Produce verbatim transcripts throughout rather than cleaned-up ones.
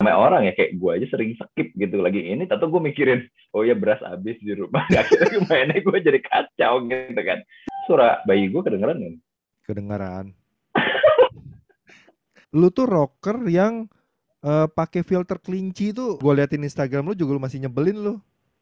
namanya orang ya, kayak gue aja sering skip gitu lagi ini, atau gue mikirin oh ya beras habis di rumah, akhirnya mainnya gue jadi kacau gitu kan. Suara bayi gue kedengeran kan? Kedengaran. Lu tuh rocker yang uh, pakai filter kelinci tuh. Gue liatin Instagram lu juga lu masih nyebelin lu.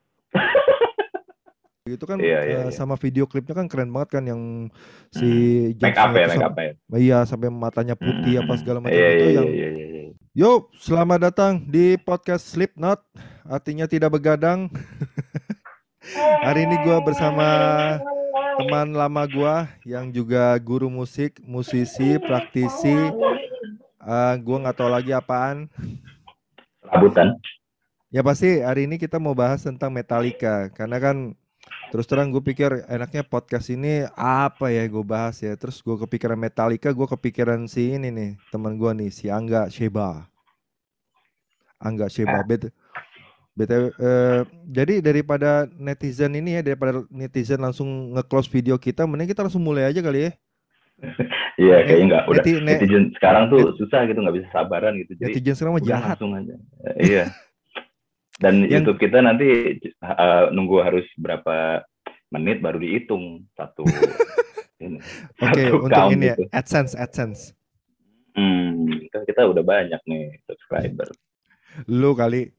Itu kan Iya iya uh, iya. sama video klipnya kan keren banget kan yang si Hmm. Make up Jamesnya ya, itu make sam up ya. iya sampai matanya putih apa Hmm. segala macam Iya itu iya iya yang iya iya. Iya. yo selamat datang di podcast Slipknot, artinya tidak begadang. Hari ini gua bersama teman lama gua yang juga guru musik, musisi, praktisi. Uh, gua nggak tahu lagi apaan. Rabutan. Ya pasti hari ini kita mau bahas tentang Metallica karena kan terus terang gue pikir enaknya podcast ini apa ya gue bahas ya. Terus gue kepikiran Metallica, gue kepikiran si ini nih teman gue nih si Angga Sheba. Angga Sheba Ah. bet B T W, eh, jadi daripada netizen ini ya, daripada netizen langsung nge-close video kita, mending kita langsung mulai aja kali ya. Iya Net, kayaknya nggak, udah neti, net, netizen sekarang tuh net, susah gitu, nggak bisa sabaran gitu, jadi netizen sekarang mah udah jahat. langsung aja. Eh, iya. Dan Yang YouTube kita nanti uh, nunggu harus berapa menit baru dihitung satu ini, oke satu untuk count ini ya, gitu. AdSense, AdSense. Hmm, kan kita udah banyak nih subscriber. Lu kali.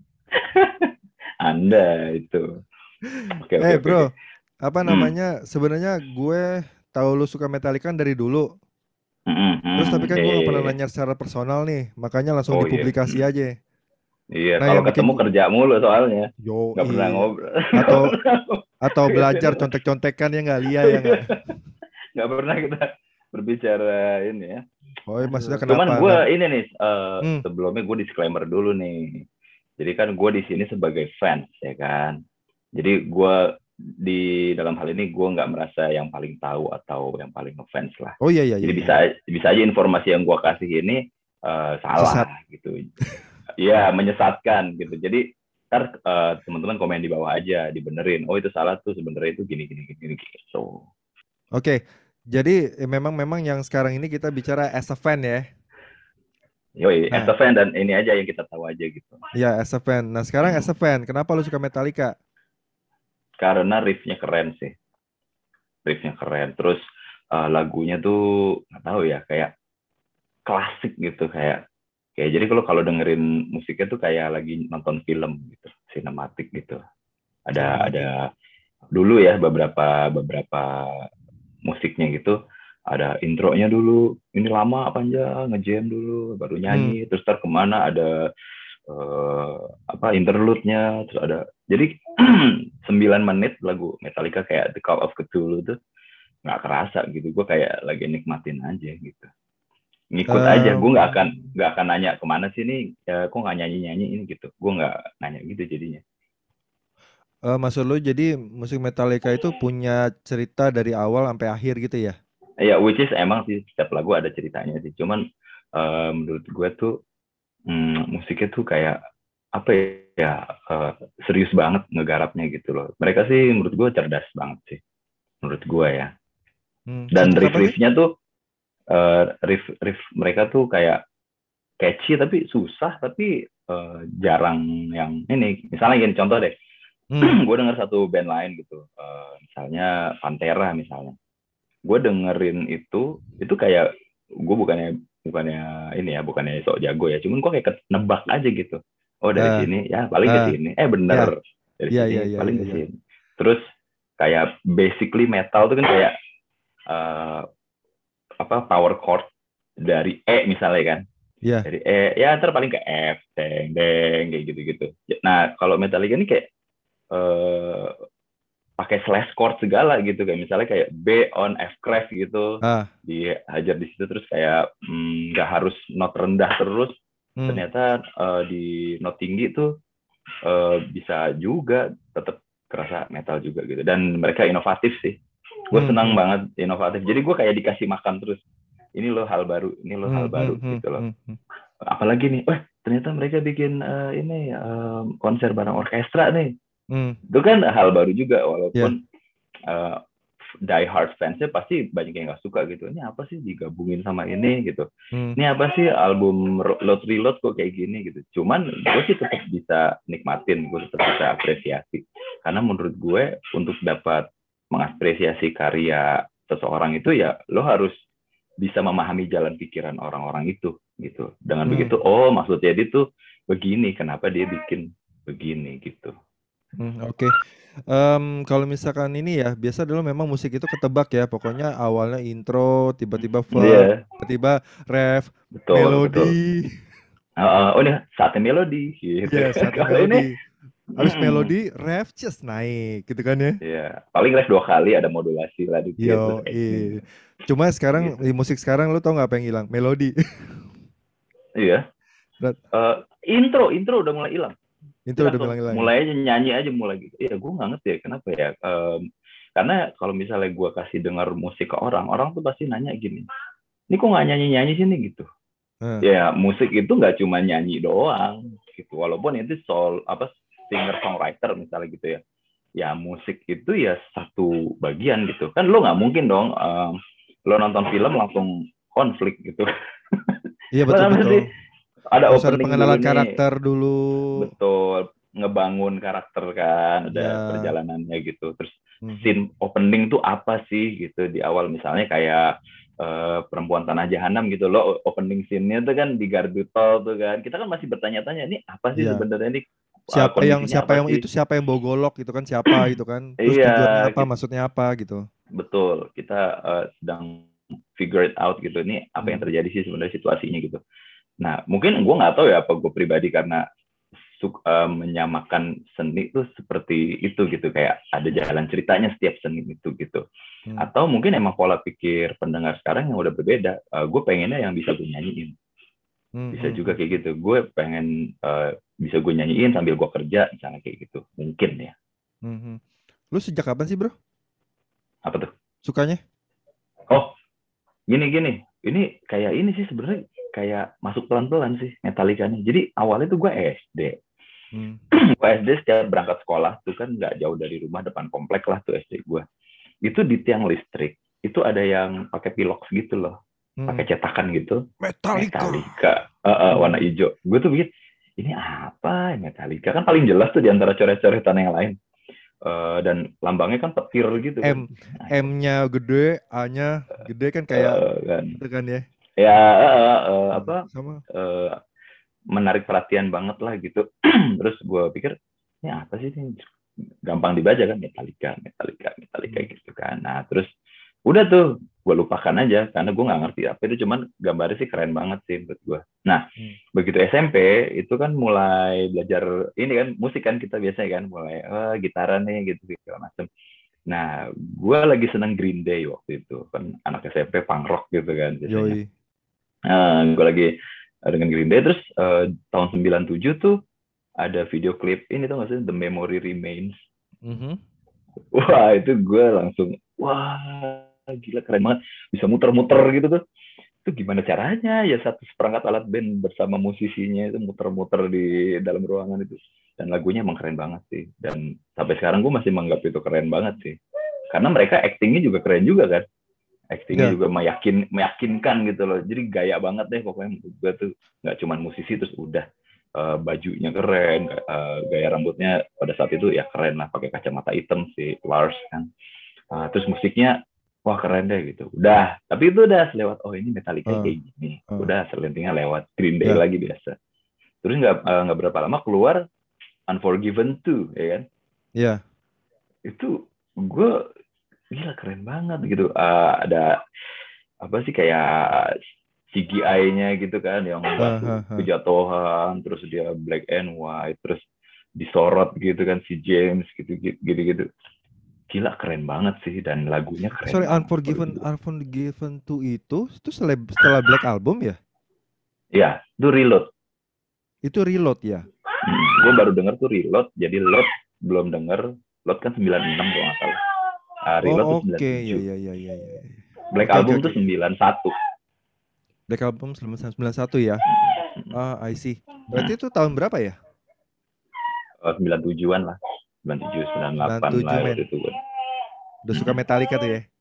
Anda itu. Oke oke Eh oke oke. bro, apa Hmm. namanya? Sebenarnya gue tahu lu suka Metallica kan dari dulu. Hmm, hmm, Terus tapi hmm. kan Iya, gue iya, nggak pernah iya. nanya secara personal nih, makanya langsung Oh iya. dipublikasi Hmm. aja. Iya, Nah kalau yang bikin ketemu gue, kerja mulu soalnya. yo Nggak pernah iya, ngobrol. Nggak atau pernah atau belajar ngobrol. contek-contekan ya nggak Lia ya nggak? Nggak pernah kita berbicara ini ya. Oh iya, maksudnya Aduh. kenapa? Cuman gue Nggak? ini nih, uh, Hmm, sebelumnya gue disclaimer dulu nih. Jadi kan gue di sini sebagai fans ya kan. Jadi gue di dalam hal ini gue nggak merasa yang paling tahu atau yang paling ngefans lah. oh iya iya iya Jadi iya. bisa Iya. bisa aja informasi yang gue kasih ini uh, Sesat. salah gitu. Ya menyesatkan gitu. Jadi ntar uh, teman-teman komen di bawah aja, dibenerin. Oh itu salah tuh, sebenarnya itu gini gini gini gini. So Oke, jadi eh, memang memang yang sekarang ini kita bicara as a fan ya. yoi, as Nah, a fan, dan ini aja yang kita tahu aja gitu. ya as a fan. Nah sekarang as a Hmm. fan, kenapa lu suka Metallica? Karena riffnya keren sih, riffnya keren. Terus uh, lagunya tuh nggak tahu ya, kayak klasik gitu, kayak kayak jadi kalau kalau dengerin musiknya tuh kayak lagi nonton film gitu, sinematik gitu. Ada ada Sinematik. dulu ya beberapa beberapa musiknya gitu, ada intronya dulu, ini lama panjang ngejam dulu baru Hmm. nyanyi, terus ntar kemana ada uh, apa interlude-nya, terus ada, jadi sembilan menit lagu Metallica kayak The Call of Cthulhu tuh nggak kerasa gitu, gue kayak lagi nikmatin aja gitu, ngikut aja, gue nggak akan Um, nggak akan nanya kemana sih nih ya, kok nggak nyanyi nyanyi ini gitu, gue nggak nanya gitu jadinya. eh, maksud lu jadi musik Metallica itu punya cerita dari awal sampai akhir gitu ya? Ya which is emang sih setiap lagu ada ceritanya sih, cuman uh, menurut gue tuh hmm, musiknya tuh kayak apa ya, uh, serius banget ngegarapnya gitu loh. Mereka sih menurut gue cerdas banget sih, menurut gue ya. Hmm, Dan sejak kapan sih? riff-riffnya tuh uh, riff riff mereka tuh kayak catchy tapi susah, tapi uh, jarang yang ini. Misalnya gini contoh deh, Hmm, gue denger satu band lain gitu, uh, misalnya Pantera misalnya. Gue dengerin itu, itu kayak gue bukannya bukannya ini ya, bukannya sok jago ya, cuman gue kayak nebak aja gitu. Oh dari ah, sini ya paling ke ah, sini, eh ya, bener dari ya, sini ya, ya, paling ya, ke ya, sini. Terus kayak basically metal tuh kan kayak uh, apa power chord dari E misalnya kan, ya. dari E ya ntar paling ke F, deng deng kayak gitu gitu. Nah kalau Metallica ini kayak uh, pakai slash chord segala gitu, kayak misalnya kayak B on F clef gitu, Ah, dihajar di situ, terus kayak nggak mm, harus not rendah terus, hmm, ternyata uh, di not tinggi tuh uh, bisa juga tetap kerasa metal juga gitu, dan mereka inovatif sih, gue hmm, senang hmm, banget inovatif, jadi gue kayak dikasih makan terus, ini loh hal baru, ini loh hmm, hal hmm, baru hmm, gitu loh. hmm, hmm. Apalagi nih, wah ternyata mereka bikin uh, ini um, konser bareng orkestra nih, Hmm, itu kan hal baru juga, ya, walaupun uh, die hard fansnya pasti banyak yang nggak suka gitu. Ini apa sih digabungin sama ini gitu. Hmm. Ini apa sih album Load Reload kok kayak gini gitu. Cuman gue sih tetap bisa nikmatin, gue tetap bisa apresiasi. Karena menurut gue untuk dapat mengapresiasi karya seseorang itu ya lo harus bisa memahami jalan pikiran orang-orang itu gitu. Dengan Hmm. begitu, oh maksudnya dia tuh begini, kenapa dia bikin begini gitu. Hmm, Oke, okay. um, kalau misalkan ini ya, biasa dulu memang musik itu ketebak ya. Pokoknya awalnya intro, tiba-tiba verse, Iya, tiba-tiba ref, betul, betul. melodi. Uh, oh ini saatnya melodi gitu. Ya, saatnya Kalau ini, melodi. Habis mm, melodi, ref just naik, gitu kan ya? ya paling ref dua kali ada modulasi lah dikit terus Yo, kayak iya. gini Cuma sekarang gitu. di musik sekarang lu tau nggak apa yang hilang? Melodi. Iya. Dan Uh, intro, intro udah mulai hilang. itu Jadi udah langsung hilang-hilang ya. mulai aja nyanyi aja mulai gitu. Iya, gue nggak ngerti ya kenapa ya. Um, karena kalau misalnya gue kasih dengar musik ke orang, orang tuh pasti nanya gini, ini kok nggak nyanyi-nyanyi sini gitu. Nah, Ya musik itu nggak cuma nyanyi doang gitu. Walaupun itu soul apa singer songwriter misalnya gitu ya. Ya musik itu ya satu bagian gitu. Kan lo nggak mungkin dong um, lo nonton film langsung konflik gitu. iya Lo kan betul-betul. mesti ada Harus ada opening dulu pengenalan nih, karakter dulu. betul, ngebangun karakter kan, ada Ya. perjalanannya gitu. Terus Mhm. scene opening tuh apa sih gitu di awal misalnya kayak uh, Perempuan Tanah Jahanam gitu loh, opening scene-nya tuh kan di gardu tol tuh kan. Kita kan masih bertanya-tanya ini apa sih Iya. sebenarnya ini uh, Siapa yang kondisinya siapa apa yang sih? itu siapa yang bawa golok gitu kan siapa gitu kan. Terus Iya, tujuannya apa, kita, maksudnya apa gitu. betul. Kita uh, sedang figure it out gitu. Ini apa yang Hmm. terjadi sih sebenarnya situasinya gitu. Nah, mungkin gue nggak tahu ya apa gue pribadi karena suka uh, menyamakan seni itu seperti itu gitu, kayak ada jalan ceritanya setiap seni itu gitu. Hmm. Atau mungkin emang pola pikir pendengar sekarang yang udah berbeda. Uh, gue pengennya yang bisa gue nyanyiin. Hmm. Bisa Hmm. juga kayak gitu. Gue pengen uh, bisa gue nyanyiin sambil gue kerja, misalnya kayak gitu. Mungkin ya. Hmm. Hmm. Lu sejak kapan sih bro Apa tuh? sukanya? Oh, gini-gini. Ini kayak ini sih sebenarnya kayak masuk pelan-pelan sih Metallica-nya. Jadi awalnya tuh gue S D. Hmm. Gue S D setiap berangkat sekolah tuh kan nggak jauh dari rumah, depan komplek lah tuh S D gue. Itu di tiang listrik itu ada yang pakai pilox gitu loh, Hmm. pakai cetakan gitu, Metallica. Metallica, uh, uh, Hmm. warna hijau. Gue tuh pikir ini apa Metallica, kan paling jelas tuh di antara coret-coretan yang lain. Uh, dan lambangnya kan petir gitu kan. M M-nya gede, A-nya gede kan kayak Uh, kan. itu kan ya. Ya uh, uh, Hmm. apa Sama. uh, menarik perhatian banget lah gitu. Terus gue pikir ini apa sih ini, gampang dibaca kan, Metallica, Metallica, Metallica Hmm. gitu kan. Nah terus udah tuh gue lupakan aja karena gue nggak ngerti apa itu, cuman gambarnya sih keren banget sih buat gue. Nah Hmm. begitu S M P itu kan mulai belajar ini kan musik kan, kita biasanya kan mulai oh, gitaran nih gitu gitu macam. Nah gue lagi seneng Green Day waktu itu kan, anak S M P punk rock gitu kan biasanya. Yoi. Nah, gue lagi dengan Green Day terus uh, tahun sembilan tujuh tuh ada video klip ini tuh nggak sih, The Memory Remains. Mhm. Wah itu gue langsung wah gila keren banget, bisa muter-muter gitu tuh. Itu gimana caranya ya, satu seperangkat alat band bersama musisinya itu muter-muter di dalam ruangan itu, dan lagunya emang keren banget sih. Dan sampai sekarang gue masih menganggap itu keren banget sih, karena mereka actingnya juga keren juga kan, actingnya Ya. juga meyakin meyakinkan gitu loh. Jadi gaya banget deh pokoknya menurut gue tuh, nggak cuma musisi terus udah uh, bajunya keren, uh, gaya rambutnya pada saat itu ya keren lah, pakai kacamata hitam si Lars kan. Uh, terus musiknya wah keren deh gitu. Udah, tapi itu udah lewat, oh ini Metallica Uh, kayak gini. uh. Udah selentingnya lewat Green Day Ya. lagi biasa. Terus nggak uh, nggak berapa lama keluar Unforgiven two, ya kan? Ya. Itu gue gila keren banget gitu. Uh, ada apa sih kayak C G I-nya gitu kan, yang Uh, batu uh, uh. kejatuhan, terus dia black and white, terus disorot gitu kan si James gitu gitu gitu. Gila keren banget sih, dan lagunya keren Sorry, banget. Unforgiven Unforgiven two itu itu setelah, setelah Black Album ya? Ya, itu Reload. Itu Reload ya? Hmm, gue baru denger tuh Reload, jadi Load belum denger. Load kan sembilan puluh enam kalau nggak salah. Uh, Reload Oh tuh oke, sembilan puluh tujuh. ya ya ya ya ya. Black Oke oke Album oke. tuh sembilan puluh satu. Black Album sembilan puluh satu ya? Ah, I see. Berarti itu tahun berapa ya? Oh, sembilan puluh tujuhan lah. sembilan puluh tujuh, sembilan puluh delapan sembilan puluh tujuh lah men. waktu itu. Udah suka Metallica tuh ya?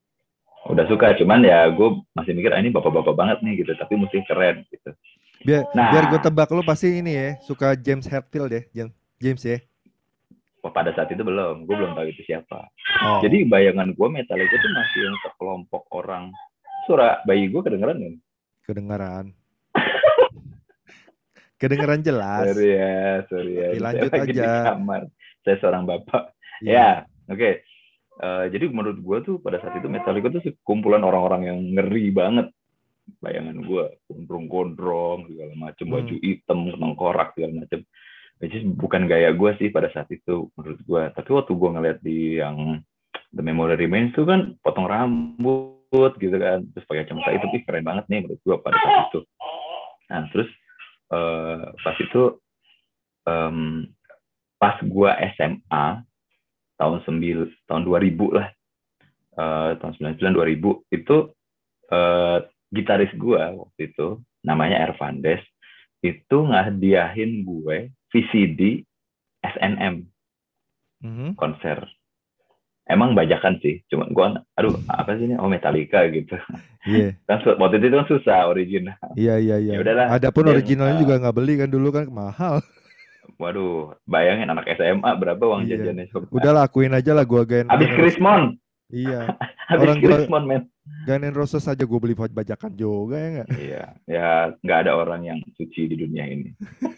udah suka, cuman ya gue masih mikir ah, ini bapak-bapak banget nih gitu, tapi musik keren gitu. Biar biar gue Nah, tebak lu pasti ini ya, suka James Hetfield ya, James James ya. pada saat itu belum, gue belum tahu itu siapa. Oh, Jadi bayangan gue Metallica itu masih yang sekelompok orang. Suara bayi gue kedengeran kan? kedengaran. Kedengeran jelas. Sorry ya, sorry ya. Oke, Ini saya lanjut lagi di aja. kamar. Saya seorang bapak. Iya. Ya, oke. Okay. Uh, jadi menurut gue tuh pada saat itu Metallica tuh kumpulan orang-orang yang ngeri banget. Bayangan gue, gondrong-gondrong, segala macem, baju Hmm. hitam, tengkorak, segala macem. Which is bukan gaya gue sih pada saat itu menurut gue. Tapi waktu gue ngeliat di yang The Memory Remains tuh kan potong rambut gitu kan. Terus pakai kacamata itu, ih keren banget nih menurut gue pada saat itu. Nah terus uh, pas itu um, pas gue S M A tahun sembil tahun dua ribu lah, uh, tahun sembilan puluh sembilan dua ribu itu uh, gitaris gue waktu itu namanya Ervandes itu ngahdiahin gue V C D S N M Mm-hmm. konser. Emang bajakan sih, cuma gue aduh apa sih ini, oh Metallica gitu. Iya. Kan waktu itu kan susah original. Iya, iya, iya. Ya udahlah, Ada pun dia originalnya uh, juga nggak beli kan dulu kan mahal. waduh, bayangin anak S M A berapa uang Iya. jajannya coba. Udah lakuin aja lah gua Gan Habis Gan Roses. Krismon, Iya. habis Orang gua Krismon men. Guns N' Roses aja gue beli buat bajakan juga ya nggak? Iya, ya nggak ada orang yang suci di dunia ini.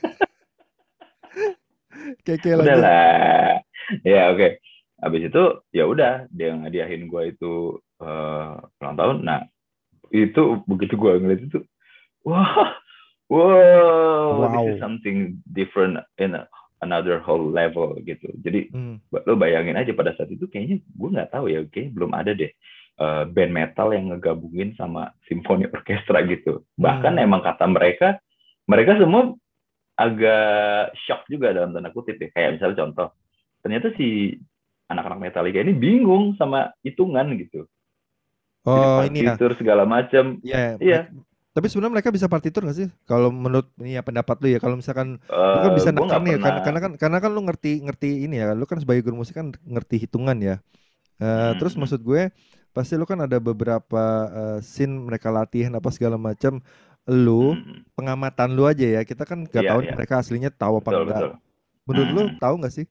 Oke, lanjut. Udahlah, ya oke. Okay. Habis itu ya udah dia ngadiahin gue itu uh, ulang tahun. Nah itu begitu gue ngeliat itu, wah, wow, this is Wow. something different in another whole level gitu. Jadi Hmm. lo bayangin aja pada saat itu kayaknya gue nggak tahu ya, oke, belum ada deh uh, band metal yang ngegabungin sama simfoni orkestra gitu. Bahkan Hmm. emang kata mereka, mereka semua agak shock juga dalam tanda kutip ya. Kayak misalnya contoh, ternyata si anak-anak Metallica ini bingung sama hitungan gitu. Jadi Oh ini ya. partitur segala macam. Ya, mereka, Iya, tapi sebenarnya mereka bisa partitur nggak sih? Kalau menurut ini ya pendapat lu ya, kalau misalkan lu kan uh, bisa gue neken nggak nih, pernah. karena karena kan karena kan lu ngerti ngerti ini ya, lu kan sebagai guru musik kan ngerti hitungan ya. Eh, terus Mm-mm. maksud gue pasti lu kan ada beberapa eh, scene mereka latihan apa segala macam. Lu Mm-mm. pengamatan lu aja ya. Kita kan nggak Iya, tahu nih iya, mereka aslinya tahu apa betul, enggak. betul. Menurut lu Mm-mm. tahu nggak sih?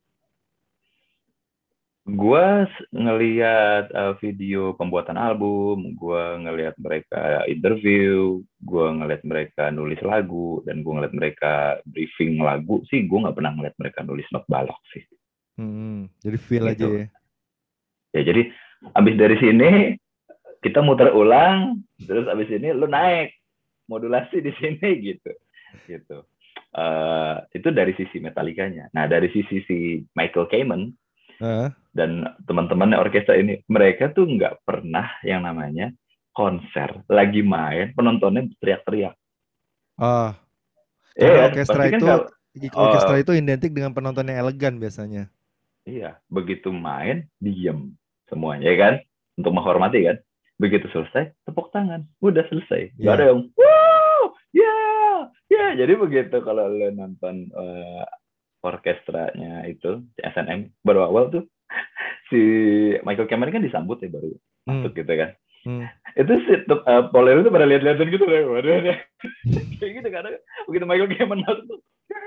Gue ngelihat uh, video pembuatan album, gue ngelihat mereka interview, gue ngelihat mereka nulis lagu, dan gue ngelihat mereka briefing lagu sih, gue nggak pernah ngelihat mereka nulis not balok sih. Hmm, jadi feel aja Gitu. ya. Ya jadi abis dari sini kita muter ulang, terus abis ini lu naik modulasi di sini gitu. Gitu. Uh, itu dari sisi Metallica-nya. Nah dari sisi si Michael Kamen Heeh. dan teman-temannya orkestra ini, mereka tuh nggak pernah yang namanya konser lagi main penontonnya teriak-teriak. Ah, Iya karena kan, orkestra pasti kan itu kalau orkestra oh, itu identik dengan penonton yang elegan biasanya. iya, begitu main diem semuanya ya kan, untuk menghormati kan. Begitu selesai tepuk tangan, udah selesai. Gak ada Iya. yang wow, ya, yeah, ya. Yeah. Jadi begitu kalau lo nonton uh, orkestranya itu S N M baru awal tuh si Michael Cameron kan disambut ya baru Hmm. masuk gitu kan. Hmm. Itu si uh, Paul itu pada lihat-lihatan gitu loh, waduh deh. Kayak gitu karena begitu Michael Cameron masuk tuh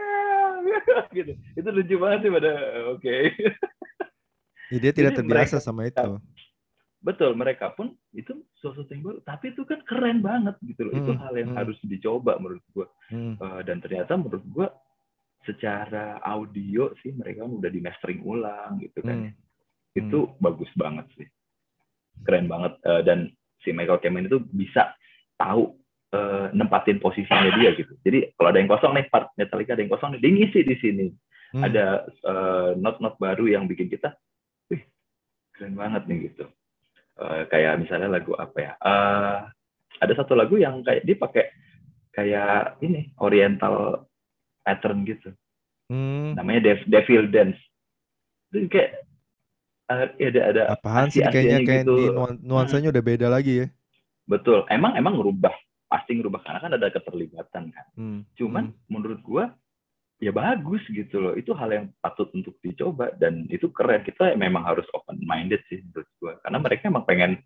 gitu. Itu lucu banget sih pada oke. Okay. Ya, dia tidak Jadi terbiasa mereka sama itu. betul, mereka pun itu sesuatu yang baru, tapi itu kan keren banget gitu loh. Itu Hmm. hal yang Hmm. harus dicoba menurut gue. Hmm. Uh, dan ternyata menurut gue secara audio sih mereka udah di mastering ulang gitu kan ya. Hmm. Itu Hmm. bagus banget sih, keren banget. Uh, dan si Michael Kamen itu bisa tahu uh, nempatin posisinya dia gitu. Jadi kalau ada yang kosong nih, part Metallica ada yang kosong nih, dia ngisi di sini. Hmm. Ada uh, not-not baru yang bikin kita, wih keren banget nih gitu. Uh, kayak misalnya lagu apa ya? Uh, ada satu lagu yang kayak dia pakai kayak ini oriental pattern gitu. Hmm. Namanya Dev, Devil Dance. Itu kayak uh, ada ada Apaan sih kayaknya Asia-Asianya kayak di gitu. nuan- Hmm, nuansanya udah beda lagi ya. betul. Emang emang ngerubah, pasti ngerubah karena kan ada keterlibatan kan. Hmm. Cuman Hmm. menurut gua ya bagus gitu loh. Itu hal yang patut untuk dicoba dan itu keren. Kita memang harus open minded sih menurut gua. Karena mereka emang pengen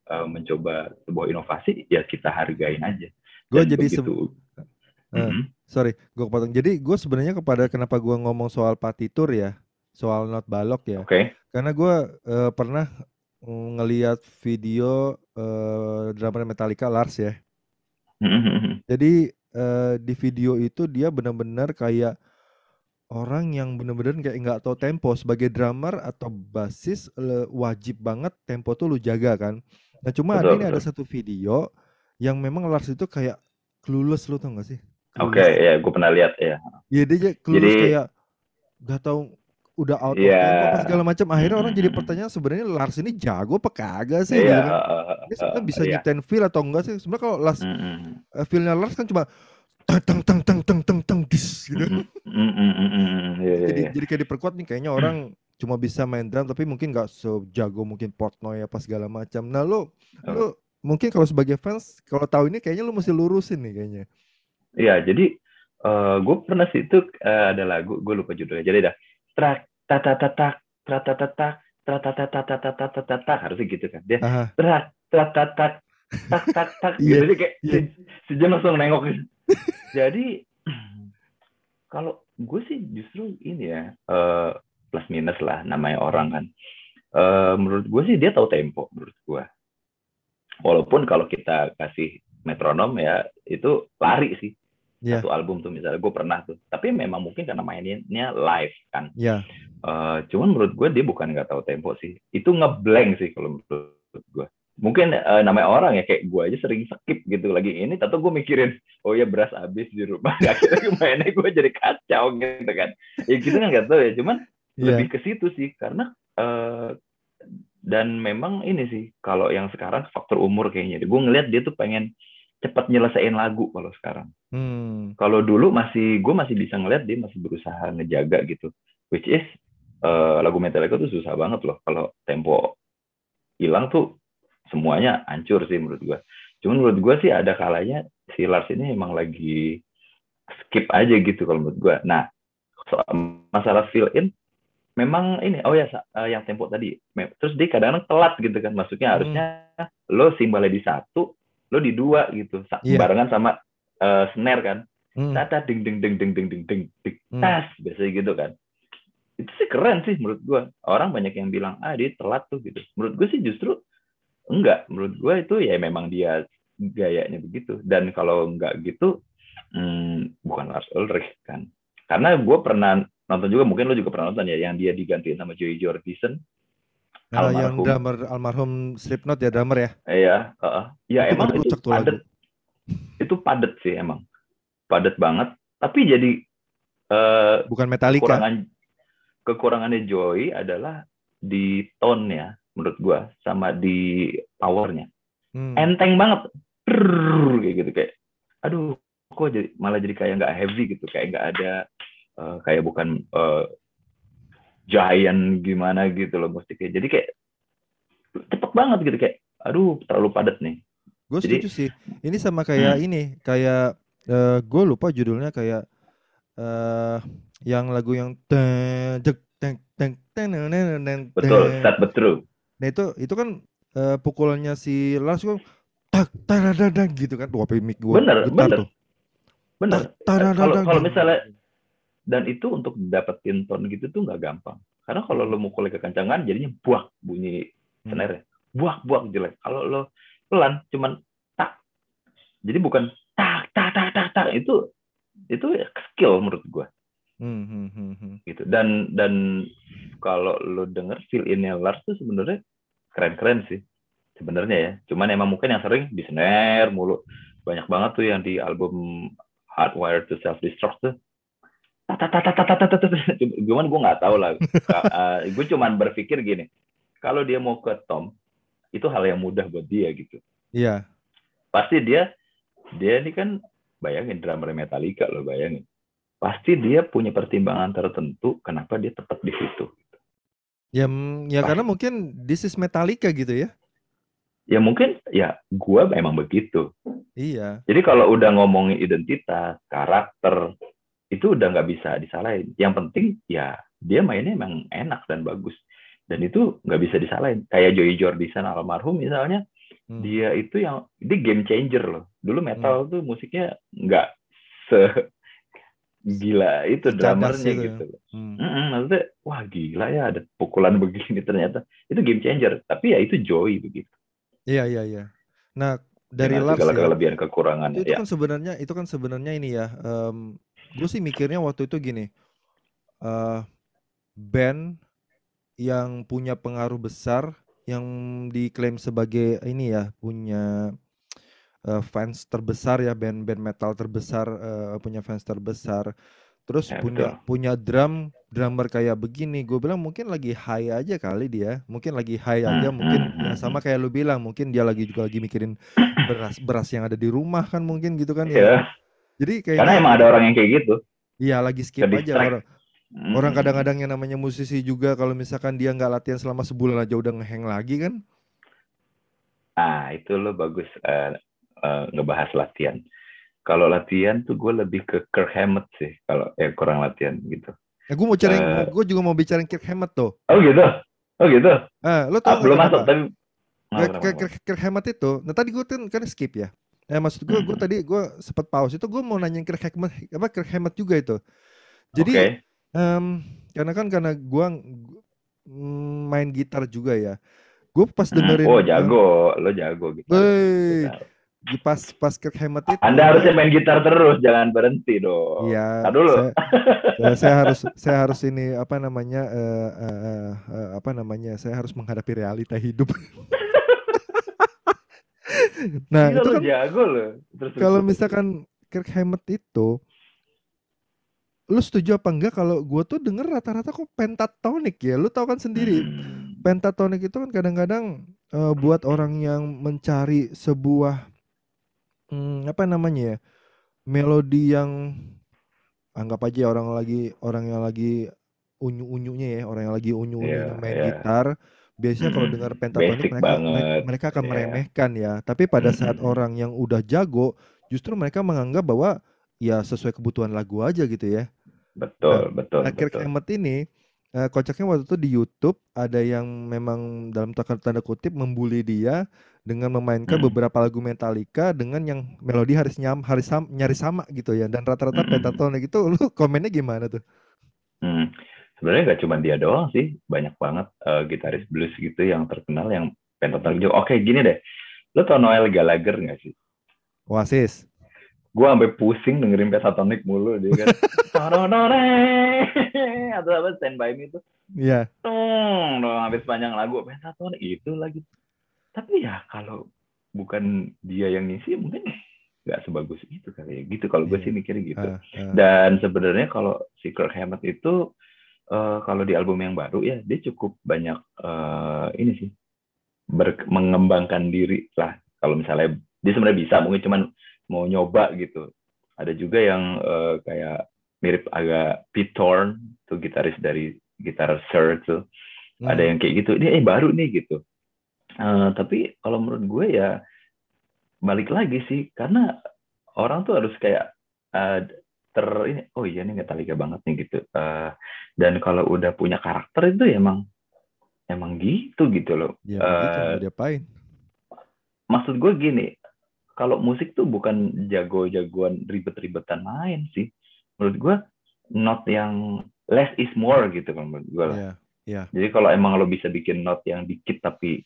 uh, mencoba sebuah inovasi, ya kita hargain aja. Gue Dan jadi begitu. se- uh, Mm-hmm. sorry, gue potong. Jadi gue sebenarnya kepada kenapa gue ngomong soal partitur ya, soal not balok ya, Oke. Okay. karena gue uh, pernah ngelihat video uh, drummer Metallica Lars ya. Mm-hmm. Jadi uh, di video itu dia benar-benar kayak orang yang bener-bener kayak nggak tahu tempo. Sebagai drummer atau bassis le- wajib banget tempo tuh lu jaga kan. Nah cuma ada Betul, ini ada betul. satu video yang memang Lars itu kayak clueless, lu tau gak sih? Oke, Clueless. okay, ya gue pernah lihat ya. Iya dia aja clueless Jadi, kayak nggak tahu udah out of ya, tempo apa segala macam. Akhirnya orang jadi mm-mm. pertanyaan sebenarnya Lars ini jago apa kagak sih Iya, gitu kan? uh, uh, Ini uh, sebenarnya bisa iya. nyiptain feel atau enggak sih? Sebenarnya kalau Lars Mm-mm. uh, feelnya Lars kan cuma tang tang tang tang tang tang tang dis gitu. Mm-mm. Mm-mm. Mm-mm. Iya, iya, jadi iya. jadi kayak diperkuat nih kayaknya orang cuma bisa main drum tapi mungkin nggak sejago mungkin Portnoy apa segala macam. Nah lo Oh. lo mungkin kalau sebagai fans kalau tahu ini kayaknya lo mesti lurusin nih kayaknya. Iya, jadi uh, gue pernah sih itu uh, ada lagu, gue lupa judulnya. Jadi dah trak tatatatak tratatatak tratatatak harusnya gitu kan. Dia Aha. trak tatatak tak tak tak Iya, gitu. Jadi kayak iya. si, si Jem langsung nengok gitu. Jadi kalau gue sih justru ini ya uh, plus minus lah namanya orang kan. Uh, menurut gue sih dia tahu tempo menurut gue. Walaupun kalau kita kasih metronom ya itu lari sih. Iya, Satu album tuh misalnya gue pernah tuh. Tapi memang mungkin karena mainnya live kan. iya. Uh, cuman menurut gue dia bukan nggak tahu tempo sih. Itu ngeblank sih kalau menurut gue. Mungkin uh, namanya orang ya kayak gue aja sering skip gitu lagi ini, atau gue mikirin oh ya beras habis di rumah, akhirnya mainnya gue jadi kacau gitu kan. Ya gitu kan nggak tahu ya, cuman Iya. lebih ke situ sih karena uh, dan memang ini sih kalau yang sekarang faktor umur kayaknya. Gue ngeliat dia tuh pengen cepat nyelesain lagu kalau sekarang. Hmm. Kalau dulu masih gue masih bisa ngeliat dia masih berusaha ngejaga gitu, which is uh, lagu Metallica tuh susah banget loh kalau tempo hilang tuh semuanya hancur sih menurut gue. Cuman menurut gue sih ada kalanya si Lars ini emang lagi skip aja gitu kalau menurut gue. Nah, soal masalah fill in memang ini oh ya yang tempo tadi. Terus dia kadang-kadang telat gitu kan. Maksudnya hmm. harusnya lo simbalnya di satu, lo di dua gitu. Yeah. Barengan sama uh, snare kan. Hmm. Tata ding ding ding ding ding ding ding ding tas hmm. biasanya gitu kan. Itu sih keren sih menurut gue. Orang banyak yang bilang ah dia telat tuh gitu. Menurut gue sih justru enggak, menurut gue itu ya memang dia gayanya begitu. Dan kalau enggak gitu, hmm, bukan Lars Ulrich kan. Karena gue pernah nonton juga, mungkin lo juga pernah nonton ya, yang dia digantiin sama Joey Jordison. Nah, almarhum. Yang drummer, almarhum Slipknot ya, drummer ya? Iya, uh, ya itu emang itu padet. Itu padet sih emang. Padet banget. Tapi jadi uh, bukan Metallica. Kekurangan, kekurangannya Joey adalah di tone-nya. Menurut gue sama di powernya hmm. enteng banget Brrr, kayak gitu kayak aduh kok jadi malah jadi kayak nggak heavy gitu kayak nggak ada uh, kayak bukan uh, giant gimana gitu loh musiknya jadi kayak cepet banget gitu kayak aduh terlalu padat nih. Gue setuju sih ini sama kayak hmm. ini kayak uh, gue lupa judulnya kayak uh, yang lagu yang betul Sad But True. Nah itu itu kan uh, pukulannya si Lars kan tak taradadang gitu kan. Wah, mic gua bener, getar bener. tuh. Bener. Kalau kalau misalnya dan itu untuk dapetin tone gitu tuh nggak gampang. Karena kalau lo mukul kekencangan jadinya buak bunyi hmm. snare-nya. Buak buak jelek. Kalau lo pelan cuman tak. Jadi bukan tak tak tak tak tak itu itu skill menurut gua. Hmm, hmm, hmm, hmm. Gitu. Dan dan kalau lo denger feel in-nya Lars tuh sebenarnya keren-keren sih sebenarnya ya. Cuman emang mungkin yang sering di snare mulu. Banyak banget tuh yang di album Hardwired to Self-Destruct tuh. Cuman gue nggak tahu lah. uh, gue cuman berpikir gini. Kalau dia mau ke Tom, itu hal yang mudah buat dia gitu. Iya. Pasti dia dia ini kan bayangin drummer Metallica lo bayangin. Pasti dia punya pertimbangan tertentu kenapa dia tetap di situ. Ya, ya karena mungkin this is Metallica gitu ya. Ya mungkin ya gue emang begitu. Iya. Jadi kalau udah ngomongin identitas, karakter, itu udah nggak bisa disalahin. Yang penting ya dia mainnya emang enak dan bagus. Dan itu nggak bisa disalahin. Kayak Joey Jordison almarhum misalnya, Hmm. dia itu yang dia game changer loh. Dulu metal Hmm. tuh musiknya nggak se gila itu Secadas drummernya itu ya. gitu. Hmm. Mm-mm, maksudnya wah gila ya ada pukulan begini ternyata itu game changer. Tapi ya itu joy begitu Iya iya iya. Nah dari dengan Lars segala ya, kelebihan itu kekurangannya itu ya. kan sebenarnya itu kan sebenarnya ini ya. Um, gue sih mikirnya waktu itu gini, eh band yang punya pengaruh besar, yang diklaim sebagai ini ya punya eh, fans terbesar ya, band-band metal terbesar, eh, punya fans terbesar. Terus Ya punya betul. punya drum drummer kayak begini, gue bilang mungkin lagi high aja kali dia, mungkin lagi high Hmm, aja, hmm, mungkin ya hmm, sama hmm. kayak lu bilang, mungkin dia lagi juga lagi mikirin beras beras yang ada di rumah kan mungkin gitu kan ya. Ya, Jadi karena kayaknya emang ada orang yang kayak gitu, ya lagi ke skip aja distract. orang. Hmm, Orang hmm, hmm. kadang-kadang yang namanya musisi juga kalau misalkan dia nggak latihan selama sebulan aja udah ngeheng lagi kan. Ah, itu lo bagus eh, eh, ngebahas latihan. Kalau latihan tuh gue lebih ke Kirk Hammett sih. Kalau eh kurang latihan gitu. Nah, gue mau cari, Eh, gue juga mau bicarain Kirk Hammett tuh. oh gitu, oh gitu. Ah, lo Ah, tau nggak belum masuk kenapa? tapi kenapa Kirk, kenapa Kirk, kenapa? Kirk, Kirk Hammett itu, nah tadi gue kan kan skip ya. Eh maksud gue, gue Hmm, tadi gue sempat pause itu gue mau nanyain Kirk Hammett, apa Kirk Hammett juga itu. oke. Jadi Okay. em, karena kan karena gue main gitar juga ya. Gue pas Hmm, oh dengerin, eh, jago, lo jago gitaris. Gue wey, tahu. pas pas Kirk Hammett itu, Anda dia, harusnya main gitar terus, jangan berhenti iya, dong. Tar dulu. saya saya, saya harus saya harus ini apa namanya eh, eh, eh, eh, apa namanya saya harus menghadapi realita hidup. Nah Gila itu lo kan jago lo. Terus terus kalau terus terus. Terus. misalkan Kirk Hammett itu, lu setuju apa enggak kalau gue tuh denger rata-rata kok pentatonik ya? Lu tahu kan sendiri, Hmm, pentatonik itu kan kadang-kadang eh, buat orang yang mencari sebuah hmm, apa namanya ya, melodi yang anggap aja orang lagi orang yang lagi unyu-unyunya ya, orang yang lagi ya unyu-unyunya main ya. gitar, biasanya kalau dengar Mm-mm. pentatonik Basic mereka mereka, banget. mereka akan Ya. meremehkan ya. Tapi pada saat Mm-mm. orang yang udah jago, justru mereka menganggap bahwa ya sesuai kebutuhan lagu aja gitu ya. Nah, Betul, betul, nah Kirk betul. Hammett ini eh, kocaknya waktu itu di YouTube ada yang memang dalam tanda tanda kutip membuli dia dengan memainkan Mm. beberapa lagu Metallica dengan yang melodi harus nyam harus sam, nyaris sama gitu ya, dan rata-rata Mm-mm. pentatonik itu lu komennya gimana tuh? Mm. Sebenarnya nggak cuma dia doang sih, banyak banget eh, Hmm. gitaris blues gitu yang terkenal yang pentatonik juga. Oke, gini deh. Lo tau Noel Gallagher nggak sih? Oasis. Gue sampai pusing dengerin pentatonik mulu dia kan. Tododore. Atau apa Stand By Me itu. Iya. Tung, dong habis panjang lagu pentatonik itu lagi. Tapi ya kalau bukan dia yang ngisi mungkin nggak sebagus itu kali ya gitu kalau gue Iya. sih mikirnya gitu. Ah, ah. Dan sebenarnya kalau si Kirk Hammett itu eh, kalau di album yang baru ya dia cukup banyak eh, ini sih ber- mengembangkan diri lah. Kalau misalnya dia sebenarnya bisa mungkin cuman mau nyoba gitu. Ada juga yang eh, kayak mirip agak Pete Torn tuh gitaris dari gitar Sir tuh. Ada Hmm. yang kayak gitu. Ini eh baru nih gitu. Eh, tapi kalau menurut gue ya balik lagi sih karena orang tuh harus kayak uh, ter ini oh iya nih Metallica banget nih gitu. Uh, dan kalau udah punya karakter itu ya emang emang gitu gitu loh. Ya begitu mau Uh, diapain? maksud gue gini, kalau musik tuh bukan jago-jagoan ribet-ribetan main sih. Menurut gue not yang less is more gitu kan menurut gue lah. Iya. Iya. Jadi kalau emang lo bisa bikin not yang dikit tapi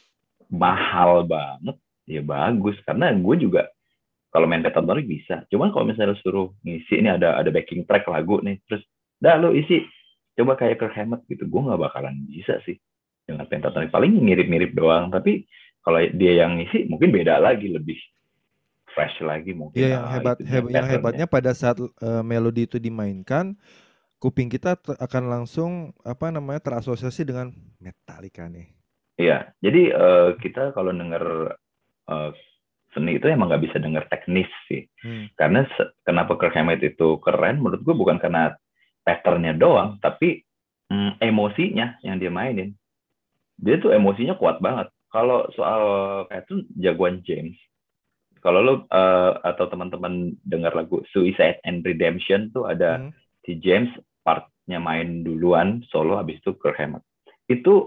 mahal banget, ya bagus. Karena gue juga kalau main pentatonik bisa. Cuman kalau misalnya suruh ngisi ini ada ada backing track lagu nih, terus dah lo isi coba kayak Kirk Hammett gitu, gue nggak bakalan bisa sih dengan pentatonik. Paling mirip-mirip doang. Tapi kalau dia yang ngisi mungkin beda lagi, lebih fresh lagi Iya, mungkin yang ah, hebat itunya heb- yang patternnya. hebatnya pada saat eh, melodi itu dimainkan, kuping kita ter- akan langsung apa namanya terasosiasi dengan Metallica nih. Iya, jadi uh, kita kalau denger uh, seni itu emang nggak bisa denger teknis sih. Hmm. Karena kenapa Kirk Hammett itu keren, menurut gue bukan karena patternnya doang, tapi mm, emosinya yang dia mainin. Dia tuh emosinya kuat banget. Kalau soal kayak itu jagoan James. Kalau lo uh, atau teman-teman dengar lagu Suicide and Redemption tuh ada Hmm. si James partnya main duluan solo habis itu Kirk Hammett. Itu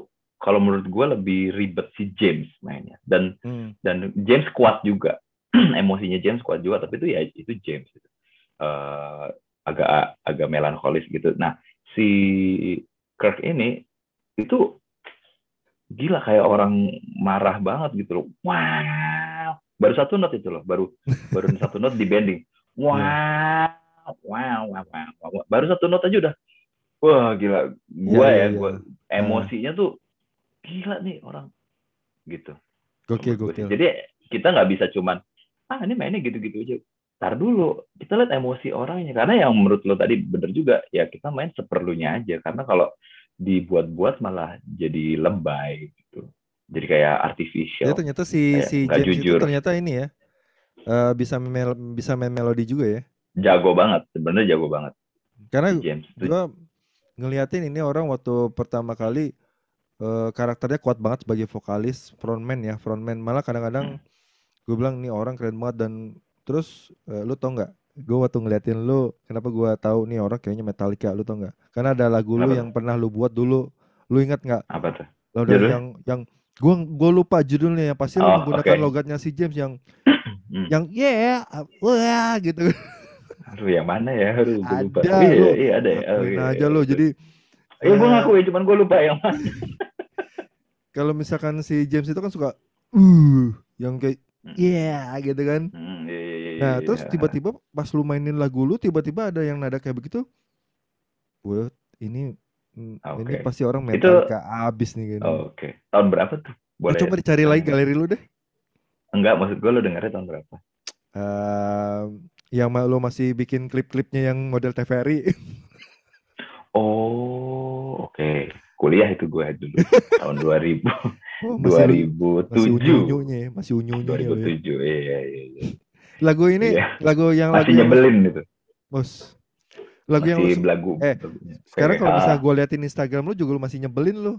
kalau menurut gue lebih ribet si James mainnya, dan Hmm. dan James kuat juga. Emosinya James kuat juga, tapi itu ya itu James gitu. Uh, agak agak melankolis gitu. Nah, si Kirk ini itu gila kayak orang marah banget gitu loh. Wow, baru satu note itu loh, baru baru satu note di bending. Wow, Iya. wow, wow, wow, wow. Baru satu note aja udah. Wah gila, Iya, gua iya, ya, iya. gua Ah, emosinya tuh gila nih orang gitu. Kalau gokil, menurut gue sih. gokil. Jadi kita nggak bisa cuman ah ini mainnya gitu-gitu aja. Ntar dulu kita lihat emosi orangnya, karena yang menurut lo tadi bener juga ya, kita main seperlunya aja, karena kalau dibuat-buat malah jadi lebay gitu, jadi kayak Jadi artificial, ternyata si kayak si nggak James itu jujur. ternyata ini ya, eh, bisa mel bisa main melodi juga ya. Jago banget sebenarnya, jago banget Karena si James tuh. gua ngeliatin ini orang waktu pertama kali eh, karakternya kuat banget sebagai vokalis frontman ya, frontman. Malah kadang-kadang Hmm, gue bilang nih orang keren banget. Dan terus eh, lu tau nggak? Gue waktu ngeliatin lu, kenapa gue tahu nih orang kayaknya Metallica, lu tau nggak? Karena ada lagu lu apa yang tuh, pernah lu buat dulu. Lu ingat nggak? apa tuh Lo udah judulnya? yang yang gue gue lupa judulnya, yang pasti lu Oh oke. menggunakan logatnya si James yang Hmm. yang yeah, wah gitu. Aduh yang mana ya, aduh gue lupa, oh Ada iya lu iya ada ya, oh ngakuin iya, aja iya, lo. itu. Jadi Iya gue eh, ngakuin, cuman gue lupa yang mana. kalau misalkan si James itu kan suka uh yang kayak Hmm, yeah gitu kan. hmm, iya, iya, iya, Nah, iya, terus iya. tiba-tiba pas lu mainin lagu lu tiba-tiba ada yang nada kayak begitu. Wah, ini mm, ini Oke. pasti orang Itu Metallica abis nih kayaknya. oke. Tahun berapa tuh? Eh, Boleh coba dicari lagi tanya nggak? galeri lu deh. Enggak, maksud gue lo dengernya tahun berapa? Eh, yang ma- lu masih bikin klip-klipnya yang model T V R I. Oh, oke. Kuliah itu gue dulu. Tahun dua ribu. Oh, masih lu masih dua ribu tujuh. unyu-unyunya ya, masih unyu-unyunya lu ya. dua ribu tujuh. Iya, iya, iya. Lagu ini, Iya. lagu yang Masih lagu yang lu nyebelin itu. bos, lagu yang lu Masih su- belagu. eh Lagunya. sekarang Oke. kalau misalnya Ah. gue liatin Instagram lu juga lu masih nyebelin lu.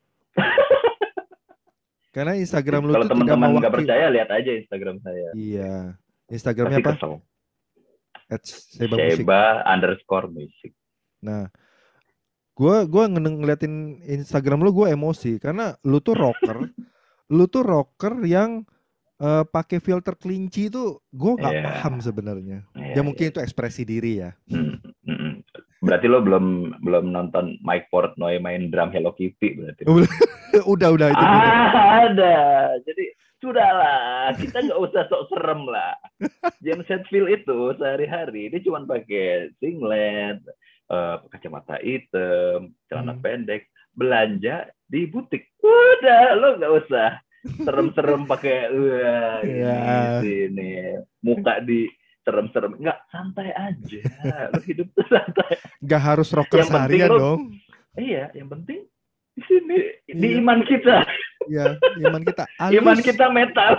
Karena Instagram lu Kalau tuh tidak teman-teman nggak mewakili. percaya, lihat aja Instagram saya. Iya. Instagramnya Pasti apa? kesel. at Seba Musik. Sheba underscore music. Nah, gua gua ngene- ngeliatin Instagram lu gue emosi karena lu tuh rocker, lu tuh rocker yang eh, pakai filter kelinci itu gue nggak Iya, paham sebenarnya. iya, Ya iya. mungkin itu ekspresi diri ya. Hmm, hmm, hmm. Berarti lo belum belum nonton Mike Portnoy main drum Hello Kitty berarti lo. Udah udah itu gue udah. Ah, ada. Jadi sudahlah, kita nggak usah sok serem lah. James Hetfield itu sehari-hari dia cuma pakai singlet, uh, kacamata hitam, celana Hmm. pendek, belanja di butik. Udah, lo nggak usah serem-serem pakai wah Ya, ini sini, muka di serem-serem. Nggak, santai aja. Lo hidup tuh santai. nggak harus rocker Yang penting seharian lo, dong. iya, yang penting di sini, di Iya, iman kita. iya, iman kita Iman halus. kita metal.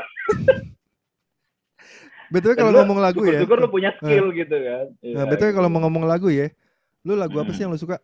Betul Dan kalau lo ngomong lagu ya. syukur-syukur lo punya Nah, skill gitu kan. nah, Iya betul kalau gitu. mau ngomong lagu ya. Lu lagu apa sih Hmm, yang lu suka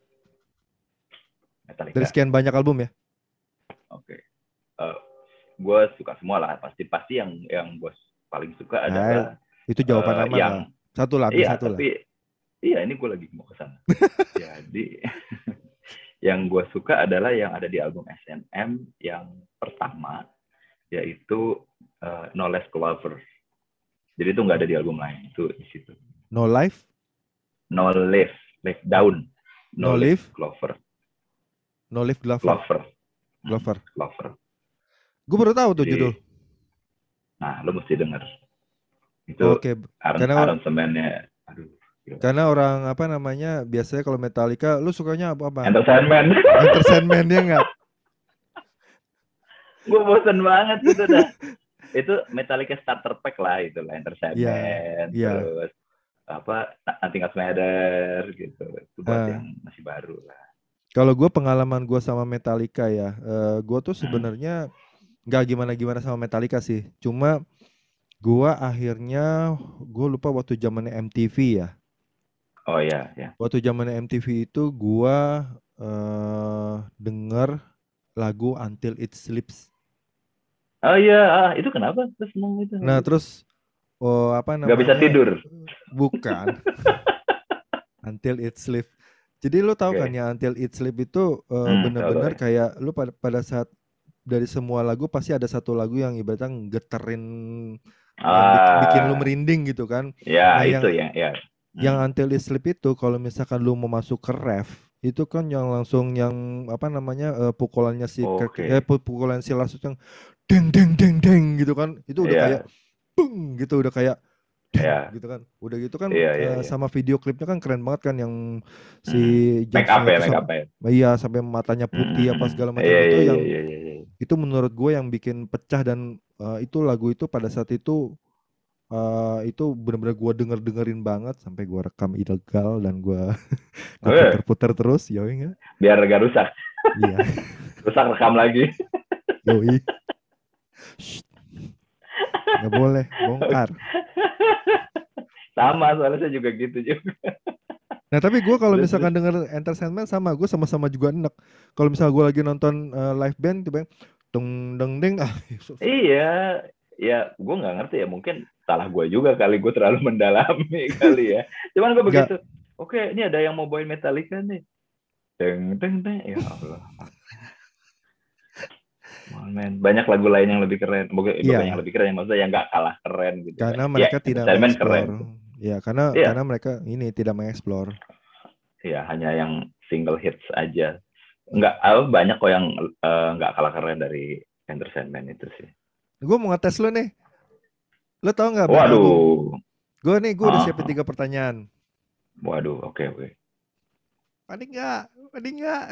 dari Metallica. sekian banyak album ya? Oke. Uh, gue suka semua lah. Pasti pasti yang yang gue paling suka Nah, adalah itu jawaban uh, aman lah. yang Satu lah, ambil iya, satu lah. tapi iya ini gue lagi mau ke sana. Jadi yang gue suka adalah yang ada di album S and M yang pertama, yaitu uh, No Less Clover. Jadi itu nggak ada di album lain, itu di situ. No Life, No Leaf, Leaf Down, No No Leaf Live, Clover, No Live Glover, Clover, Hmm, Glover. Clover. Gue baru tahu tuh Jadi, judul. nah lo mesti denger. Itu Oke, aran karena aransemennya, aduh. Gila. karena orang apa namanya biasanya kalau Metallica, lu sukanya apa apa? Enter Sandman. Enter Sandman-nya nggak? Gue bosen banget itu dah. Itu Metallica starter pack lah, itu lah Enter Iya, Sandman, iya. terus apa Nothing Else Matters gitu. Itu buat Uh, yang masih baru lah. kalau gue pengalaman gue sama Metallica ya, uh, gue tuh Hmm. sebenarnya nggak gimana-gimana sama Metallica sih. Cuma gue akhirnya gue lupa waktu zamannya M T V ya. Oh ya, ya. Waktu zamannya M T V itu gue uh, denger lagu Until It Sleeps. Oh iya, ah, itu kenapa? Terus seneng itu. Nah terus oh apa Gak bisa namanya? tidur. Bukan. Until It Sleeps. Jadi lu tahu kan Oke. ya Until It Sleep itu eh, Hmm, tahu tahu bener-bener ya. kayak lu pada pada saat dari semua lagu pasti ada satu lagu yang ibaratnya geterin yang bik- bikin lu Ah, merinding gitu kan. ya Nah, itu yang ya, ya. yang Hmm. Until It Sleep itu kalau misalkan lu mau masuk ke ref itu kan yang langsung yang apa namanya eh, pukulannya si Kirk- eh Oke. pu- pukulan si Lars itu yang deng deng deng deng gitu kan. Itu udah kayak Iya, bung gitu udah kayak deng iya, gitu kan. Udah gitu kan iya, iya, eh, iya. sama video klipnya kan keren banget kan yang si Hmm. Make up Jamesnya ya, itu make sam up ya. iya sampai matanya Hmm, putih hmm, apa hmm. segala macam Iya, itu iya, iya, yang iya, iya, iya. itu menurut gue yang bikin pecah dan eh, itu lagu itu pada saat itu eh, itu benar-benar gue denger dengerin banget sampai gue rekam ilegal dan gue gue Eh, puter-puter terus yoi nggak biar gak rusak. iya Rusak rekam lagi. yoi Shh, nggak boleh bongkar. Sama, soalnya saya juga gitu juga. Nah tapi gue kalau Terus, terus. misalkan denger entertainment sama gue sama-sama juga enak. Kalau misalnya gue lagi nonton eh, live band tiba tung deng deng ah Iya, ya gue nggak ngerti ya. Mungkin salah gue juga kali, gue terlalu mendalami kali ya. Cuman gue nggak begitu. Oke, ini ada yang mau bawain Metallica nih. Deng, deng, deng. Ya Allah. Oh, man. Banyak lagu lain yang lebih keren. Bukan, bukan yang iya lebih keren, yang maksudnya yang nggak kalah keren gitu kan. karena Ya, mereka tidak entertainment keren. mengeksplor ya karena karena Iya, mereka ini tidak mengeksplor. ya hanya yang single hits aja. Nggak, ah, banyak kok yang eh, nggak kalah keren dari entertainment itu sih. Gue mau ngetes lo nih. Lo tau nggak Black Album? Waduh. Gue nih, gue udah siapin Ah, tiga pertanyaan. waduh, oke, oke. Panik nggak? Panik nggak?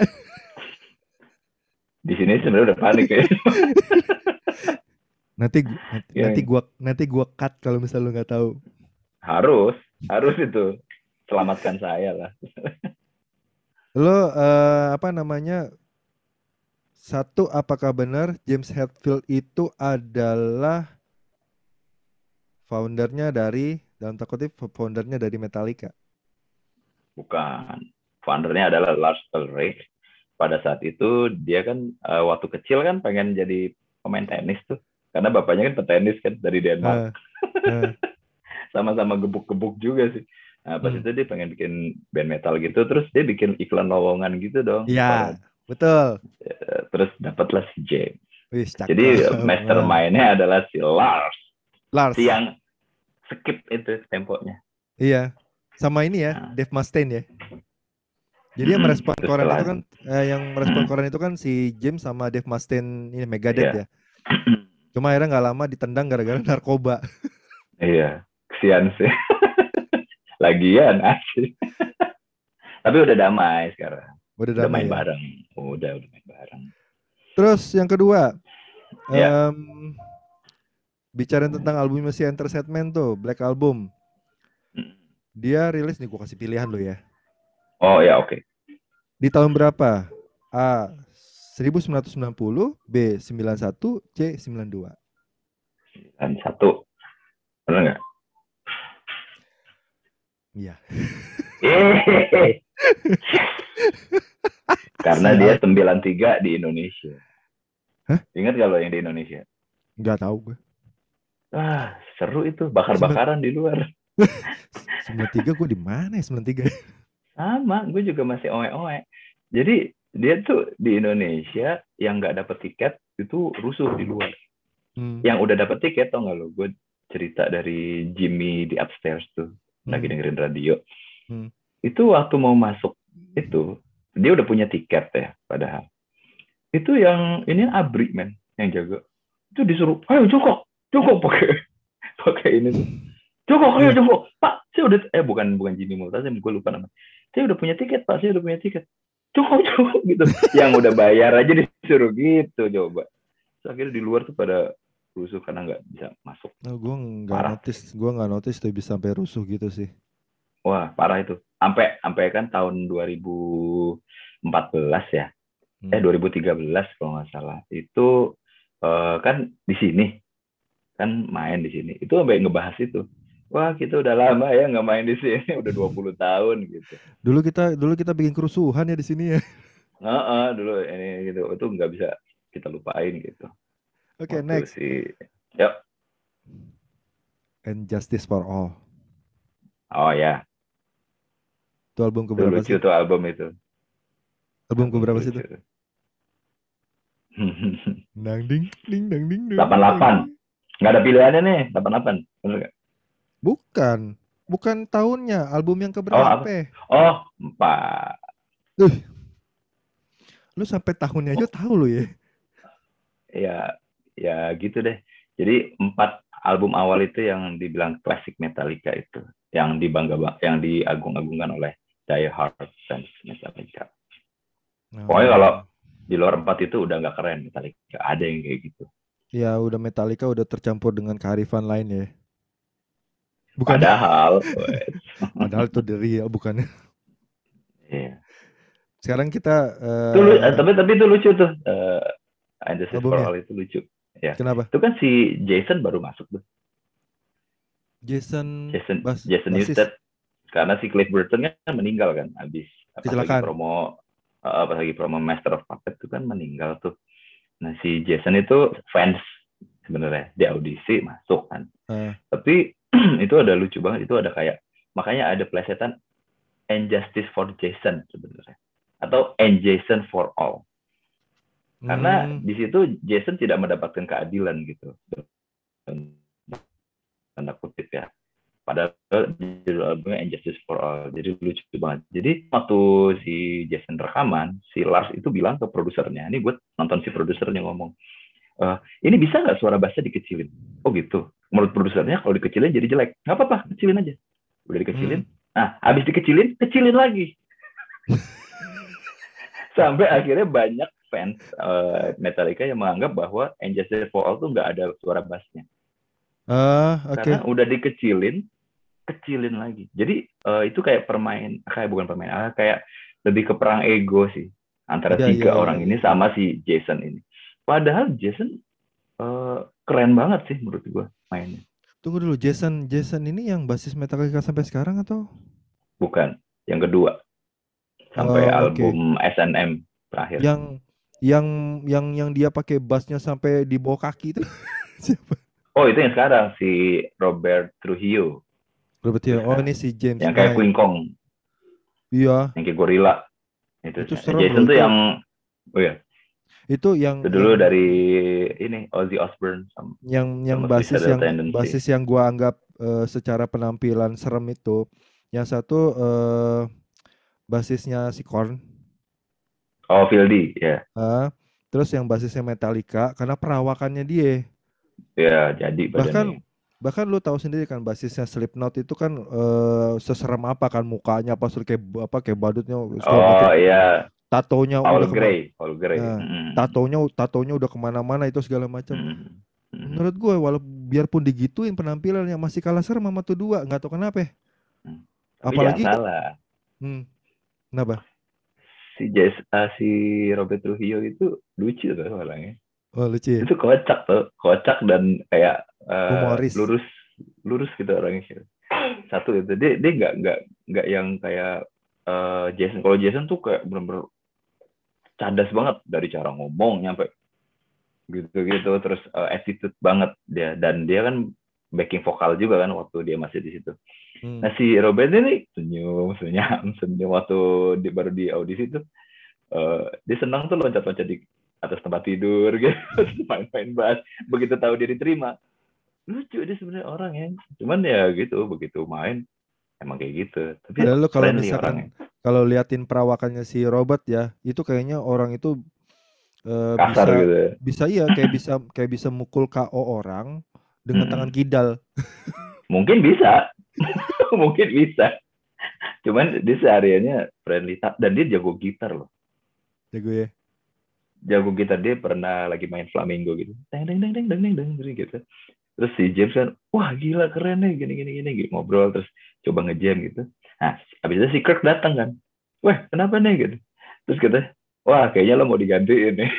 Di sini sebenarnya udah panik ya. nanti gu- nanti nanti Ya, gua nanti gua cut kalau misalnya lo nggak tahu. harus, harus itu. Selamatkan saya lah. Lo eh, apa namanya? Satu, apakah benar James Hetfield itu adalah foundernya dari dalam tanda kutip foundernya dari Metallica? Bukan. Foundernya adalah Lars Ulrich. Pada saat itu dia kan uh, waktu kecil kan pengen jadi pemain tenis tuh. Karena bapaknya kan petenis kan dari Denmark. Eh, eh, Sama-sama gebuk-gebuk juga sih. Nah, pas hmm. itu dia pengen bikin band metal gitu, terus dia bikin iklan lowongan gitu dong. Ya, Para, betul. uh, terus dapatlah si James. Wih, Jadi cakep. Eh, mastermind-nya adalah si Lars. Si Lars. yang skip itu temponya. Iya. Sama ini ya, Nah, Dave Mustaine ya. Jadi yang mm-mm. merespon Terus koran setelah itu kan eh, yang merespon mm-mm. koran itu kan si James sama Dave Mustaine ini Megadeth Iya. ya. Cuma akhirnya nggak lama ditendang gara-gara narkoba. Iya, kesian sih. Lagian asik. Tapi udah damai sekarang. Udah Udah damai main ya. bareng. Udah, udah main bareng. Terus yang kedua, Ya. em, bicara tentang albumnya si Enter Sandman tuh, Black Album. Dia rilis nih, gue kasih pilihan lo ya. Oh ya, oke. Di tahun berapa? A. seribu sembilan ratus sembilan puluh, B. sembilan puluh satu, C. sembilan puluh dua. Dan satu. Bener nggak? Iya. Eh, karena dia Sial. sembilan tiga di Indonesia. Hah? Ingat kalau yang di Indonesia? Nggak tahu gue. Ah, seru itu. Sembilan Bakar-bakaran di luar. sembilan tiga gue di mana ya sembilan tiga? Sama, gue juga masih oe-oe. Jadi dia tuh di Indonesia yang nggak dapet tiket itu rusuh di luar. Hmm. Yang udah dapet tiket tau nggak lo? Gue cerita dari Jimmy di upstairs tuh lagi Hmm. dengerin radio. Hmm. Itu waktu mau masuk itu dia udah punya tiket ya padahal. Itu yang ini abri men yang jaga. Itu disuruh, ayo jongkok, jongkok pakai pakai ini tuh. Jongkok, ayo Iya. jongkok. Pak, saya udah eh bukan bukan Jimmy Multazam, gue lupa namanya. Saya udah punya tiket, Pak. Saya udah punya tiket. Jongkok, jongkok gitu. Yang udah bayar aja disuruh gitu coba. Terus akhirnya di luar tuh pada rusuh karena nggak bisa masuk. Oh, gue nggak Parah. notice, gue nggak notice tuh bisa sampai rusuh gitu sih. Wah, parah itu. Sampai sampai kan tahun dua ribu empat belas ya. Hmm. Eh dua ribu tiga belas kalau nggak salah. Itu uh, kan di sini. Kan main di sini. Itu sampai ngebahas itu. Wah, kita udah lama ya nggak main di sini. Udah dua puluh tahun gitu. Dulu kita dulu kita bikin kerusuhan ya di sini ya. Heeh, dulu ini gitu. Itu nggak bisa kita lupain gitu. Oke, okay, Waktu next. si yuk. And Justice for All. Oh ya. Itu album Itu keberapa lucu sih? tuh album itu. Album Album itu keberapa sih lucu. itu? Dang ding ding dang ding dang delapan ding dang delapan. ding. Nggak ada pilihannya nih, delapan delapan. Bener nggak? Bukan, bukan tahunnya, album yang Oh, apa? keberapa? Oh, empat. Duh, lu sampai tahunnya aja Oh, tahu lu ya. ya, ya gitu deh. Jadi empat album awal itu yang dibilang klasik Metallica itu, yang dibangga, yang diagung-agungkan oleh die hard fans Metallica. Pokoknya kalau Oh, di luar empat itu udah nggak keren Metallica. Ada yang kayak gitu. ya udah Metallica udah tercampur dengan kearifan lain ya. Bukan, Padahal, wes, padahal itu the real bukan. iya. Sekarang kita Itu lu- eh, eh, tapi tapi itu lucu tuh. Eh, And Justice for albumnya. All itu lucu. Ya, Kenapa? itu kan si Jason baru masuk tuh. Jason Jason Bas Jason basis Newsted, karena si Cliff Burton kan meninggal kan habis pas lagi kecelakaan. promo uh, pas lagi promo Master of Puppets itu kan meninggal tuh. Nah si Jason itu fans sebenarnya di audisi masuk kan. Eh, Tapi itu ada lucu banget, itu ada kayak makanya ada plesetan And Justice for Jason sebenarnya atau And Jason for All. Karena hmm, di situ Jason tidak mendapatkan keadilan gitu. Tanda kutip ya. Padahal judul albumnya And Justice for All. Jadi lucu banget. Jadi waktu si Jason rekaman, si Lars itu bilang ke produsernya, ini gue nonton si produsernya ngomong, e, ini bisa nggak suara bassnya dikecilin? Oh gitu. Menurut produsernya kalau dikecilin jadi jelek. Nggak apa-apa, kecilin aja. Udah dikecilin. hmm. Nah, habis dikecilin, kecilin lagi. Sampai akhirnya banyak fans uh, Metallica yang menganggap bahwa And Justice for All tuh nggak ada suara bassnya. Ah, oke. Okay. Karena udah dikecilin, kecilin lagi. Jadi uh, itu kayak permain, kayak bukan permain, uh, kayak lebih ke perang ego sih antara Iya, iya, tiga iya, orang iya, ini iya. sama si Jason ini. Padahal Jason uh, keren banget sih menurut gue mainnya. Tunggu dulu, Jason Jason ini yang basis Metallica sampai sekarang atau? Bukan, yang kedua sampai Oh, oke. Okay. album S and M terakhir. Yang yang yang yang dia pakai bassnya sampai di bawah kaki itu siapa? Oh itu yang sekarang si Robert Trujillo. Robert Hill. Oh ini si James Yang kayak Knight. King Kong. Iya. Yang kayak gorila. Itu, Itu serem Jason loh tuh itu. yang, oh ya. Itu yang Itu yang dulu dari ini Ozzy Osbourne sama, yang yang sama basis Suicidal yang Tendency. basis yang gua anggap uh, secara penampilan serem itu. Yang satu uh, basisnya si Korn. Oh, Phil D, ya. Uh, terus yang basisnya Metallica karena perawakannya dia. Ya, jadi Bahkan badannya. bahkan lu tahu sendiri kan basisnya Slipknot itu kan uh, seserem apa kan mukanya pas kayak apa kayak badutnya segala macam. Oh iya, Tatonya Paul udah kemana? Gray, Paul Gray. Nah, Mm. tatonya tatonya udah kemana-mana itu segala macam. Mm. Mm. Menurut gue, walau biarpun digituin penampilannya masih kalah serem sama tuh dua, nggak tahu kenapa. Ya. Mm. Tapi jangan Apalagi, salah, hmm, kenapa? si Jess, uh, si Robert Trujillo itu lucu tuh orangnya. Oh lucu ya, Itu kocak tuh, kocak dan kayak uh, humoris. lurus, lurus gitu orangnya. Satu itu dia dia nggak nggak nggak yang kayak uh, Jason. Kalau Jason tuh kayak bener-bener cadas banget dari cara ngomong nyampe gitu-gitu, terus uh, attitude banget dia, dan dia kan backing vokal juga kan waktu dia masih di situ. Hmm. Nah si Robert ini senyum senyum senyum waktu di, baru di audisi tuh uh, dia senang tuh loncat-loncat di atas tempat tidur gitu, main-main bass. Begitu tahu dia diterima, lucu dia sebenarnya orang ya, cuman ya gitu begitu main emang kayak gitu. Tapi Padahal lo kalau friendly orangnya, misalkan kalau liatin perawakannya si Robert ya, itu kayaknya orang itu uh, kasar bisa gitu ya. bisa iya kayak bisa kayak bisa mukul K O orang dengan tangan Mm-mm. kidal. Mungkin bisa, mungkin bisa. Cuman dia sehariannya friendly dan dia jago gitar loh. Jago ya. Jago gitar, dia pernah lagi main flamenco gitu. Deng deng deng deng deng deng deng gitu. Terus si James kan, wah gila keren nih gini gini gini gitu. Ngobrol terus coba ngejam gitu. Nah, habis itu si Kirk datang kan. Wah, kenapa nih gitu. Terus kata, wah kayaknya lo mau digantiin nih.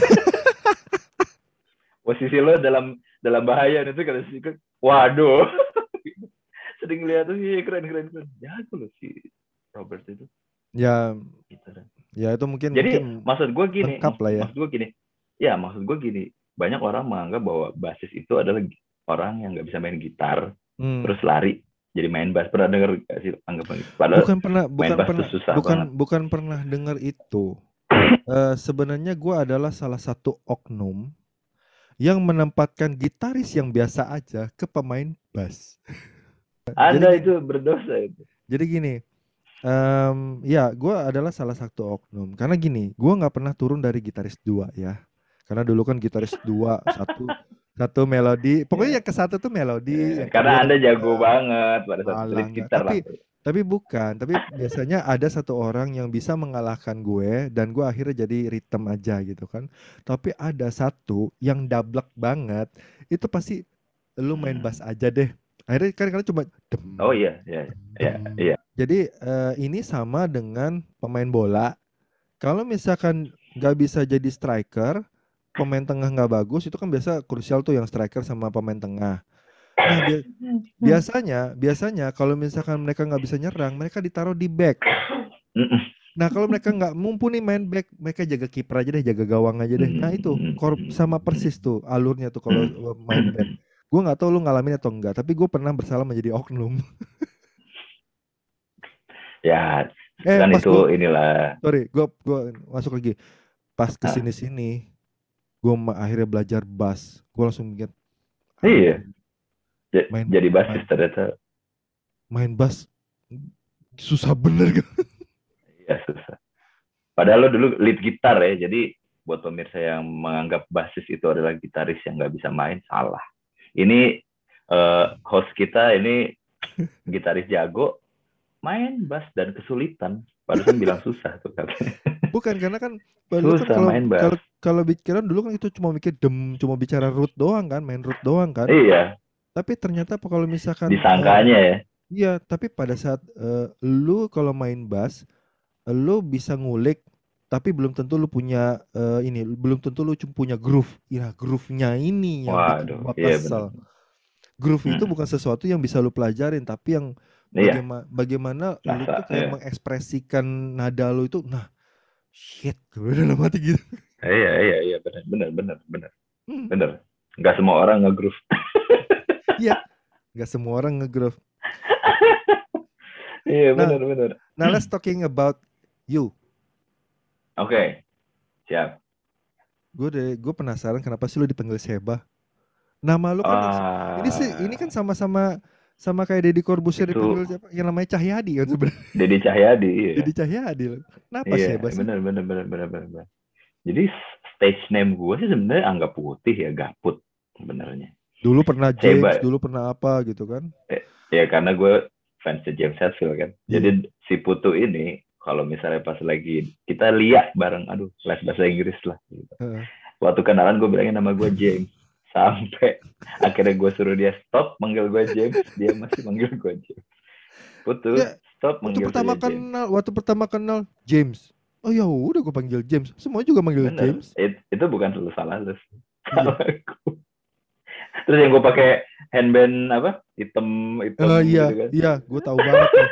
Posisi lo dalam dalam bahaya itu kata si Kirk. Waduh. Sering lihat tuh, iya keren keren keren. Jago loh si Robert itu. Ya, Gitu kan. ya itu mungkin Jadi mungkin maksud gue gini, lengkap maksud, lah ya. maksud gue gini, ya maksud gue gini, banyak orang menganggap bahwa basis itu adalah orang yang nggak bisa main gitar, Hmm. terus lari, jadi main bass. Pernah denger gak sih anggapan gitu? Padahal Bukan pernah, main bukan bass pernah, tuh susah bukan banget. bukan pernah dengar itu. Eh, sebenarnya gue adalah salah satu oknum yang menempatkan gitaris yang biasa aja ke pemain bass. Jadi Anda gini, itu berdosa itu. jadi gini, em, ya gue adalah salah satu oknum. Karena gini, gue nggak pernah turun dari gitaris dua ya. Karena dulu kan gitaris dua, satu, satu melodi. Pokoknya Ya. yang ke satu tuh melodi, Ya, yang kedua karena Anda jago refnya. banget pada saat Alah lead enggak. gitar lah. Tapi tapi bukan. Tapi biasanya ada satu orang yang bisa mengalahkan gue dan gue akhirnya jadi rhythm aja gitu kan. Tapi ada satu yang dablek banget. Itu pasti lu main bass aja deh. Akhirnya kan karena cuma dem Oh iya, iya, dem iya, dem. iya. Jadi eh, ini sama dengan pemain bola. Kalau misalkan nggak bisa jadi striker, pemain tengah nggak bagus, itu kan biasa krusial tuh yang striker sama pemain tengah. Nah, bi- biasanya, biasanya kalau misalkan mereka nggak bisa nyerang, mereka ditaruh di back. Mm-mm. Nah, kalau mereka nggak mumpuni main back, mereka jaga kiper aja deh, jaga gawang aja deh. Nah, itu kor- sama persis tuh alurnya tuh kalau eh, main band. Gue nggak tahu lu ngalamin atau enggak, tapi gue pernah bersalah menjadi oknum. Ya, Eh, kan pas itu gue, inilah. sorry, gue gue masuk lagi. Pas Ah, kesini sini, gue akhirnya belajar bass. Gue langsung mikir, iya, anjing, j- main jadi basis main ternyata. main bass susah bener kan? Iya, susah. Padahal lo dulu lead gitar ya, jadi buat pemirsa yang menganggap basis itu adalah gitaris yang nggak bisa main, salah. Ini eh, host kita ini gitaris jago, main bass dan kesulitan. Barusan bilang susah tuh katanya. Bukan karena kan lu kan Susah kalau main bass. kalau kalau pikiran dulu kan itu cuma mikir dem, cuma bicara root doang kan, main root doang kan. Iya, Tapi ternyata apa kalau misalkan eh, disangkanya ya. iya, tapi pada saat eh, lu kalau main bass, lu bisa ngulik tapi belum tentu lu punya eh, ini, belum tentu lu cuma punya groove. Ya, groove-nya ini yang bikin Waduh, gua iya benar. kesel. Groove itu Hmm. bukan sesuatu yang bisa lu pelajarin, tapi yang Iya, bagaimana bagaimana lu rasa tuh kayak ya. mengekspresikan nada lu itu, nah shit, gue dalam hati gitu. Iya, iya, iya, benar, benar, benar, benar, Hmm. benar. Nggak semua orang nge-groove. Iya, nggak semua orang nge-groove. Iya, Nah, benar, benar. now let's talking about you. Oke, siap. Gue deh, gue penasaran kenapa sih lu dipanggil Seba? Nama lu kan ini sih, ini kan Ah, sama-sama sama kayak Deddy Corbuzier itu dipanggil siapa? Yang namanya Cahyadi kan sebenarnya. Dedi Cahyadi, iya. Deddy Cahyadi loh. Kenapa Iya, Seba sih? benar, benar, benar, benar, benar, benar. Jadi stage name gue sih sebenarnya Angga Putih ya, Gaput sebenarnya. Dulu pernah James, Seba, dulu pernah apa gitu kan? eh, ya karena gue fans James Hetfield kan. Iya. Jadi si Putu ini kalau misalnya pas lagi kita lihat bareng, aduh les bahasa Inggris lah. Gitu. Heeh. Waktu kenalan gue bilangin nama gue James. Sampai akhirnya gue suruh dia stop manggil gue James, dia masih manggil gue James. Putu, Ya, stop waktu manggil pertama saya James. kenal, waktu pertama kenal James. Oh ya udah gue panggil James. Semua juga manggil Bener, James. It, itu bukan selalu salah lu. Iya. Salah gue. Terus yang gue pakai handband apa? Hitam, hitam Eh, iya, gitu kan. iya, gue tahu banget tuh.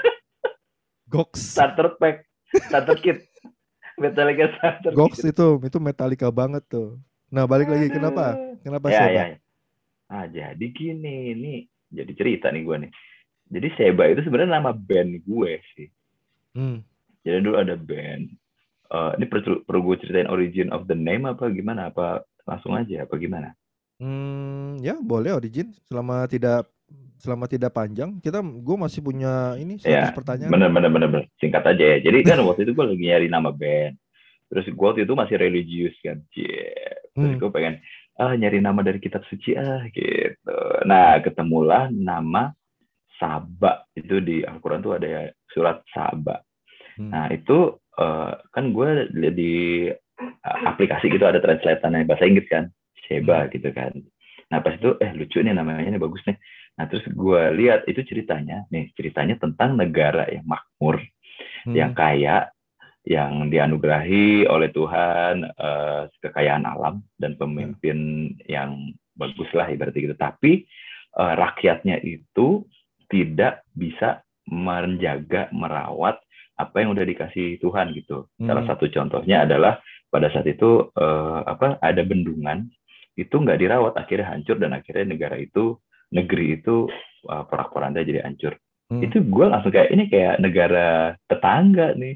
Gox, Starter pack, starter kit. Metallica starter Gox kit. itu, itu Metallica banget tuh. Nah, balik lagi kenapa? Aduh. Kenapa Ya, ya, Seba? ya. Ah, jadi gini, ini jadi cerita nih gue nih. Jadi Seba itu sebenarnya nama band gue sih. Hmm. Jadi dulu ada band. Uh, ini perlu, perlu gue ceritain origin of the name apa gimana? Apa langsung aja? Apa gimana? Hmm, ya boleh origin selama tidak selama tidak panjang. Kita gue masih punya ini seratus Ya, pertanyaan kok. bener, bener, bener, bener. Singkat aja ya. Jadi kan waktu itu gue lagi nyari nama band. Terus gue waktu itu masih religius kan. Yeah. Terus Hmm. gue pengen, ah nyari nama dari kitab suci ah gitu. Nah, ketemulah nama Saba. Itu di Al-Quran tuh ada ya, surat Saba. Hmm. Nah, itu uh, kan gue lihat di uh, aplikasi gitu ada translatannya bahasa Inggris kan. Seba Hmm. gitu kan. Nah, pas itu, eh lucu nih namanya, ini bagus nih. Nah, terus gue lihat itu ceritanya, nih ceritanya tentang negara yang makmur, yang Hmm. kaya, yang dianugerahi oleh Tuhan, uh, kekayaan alam dan Ya. pemimpin yang bagus lah ibaratnya gitu. Tapi uh, rakyatnya itu tidak bisa menjaga, merawat apa yang udah dikasih Tuhan gitu. Salah Hmm. satu contohnya adalah pada saat itu uh, apa ada bendungan itu nggak dirawat, akhirnya hancur dan akhirnya negara itu negeri itu uh, porak-poranda jadi hancur. Hmm. Itu gue langsung kayak ini kayak negara tetangga nih.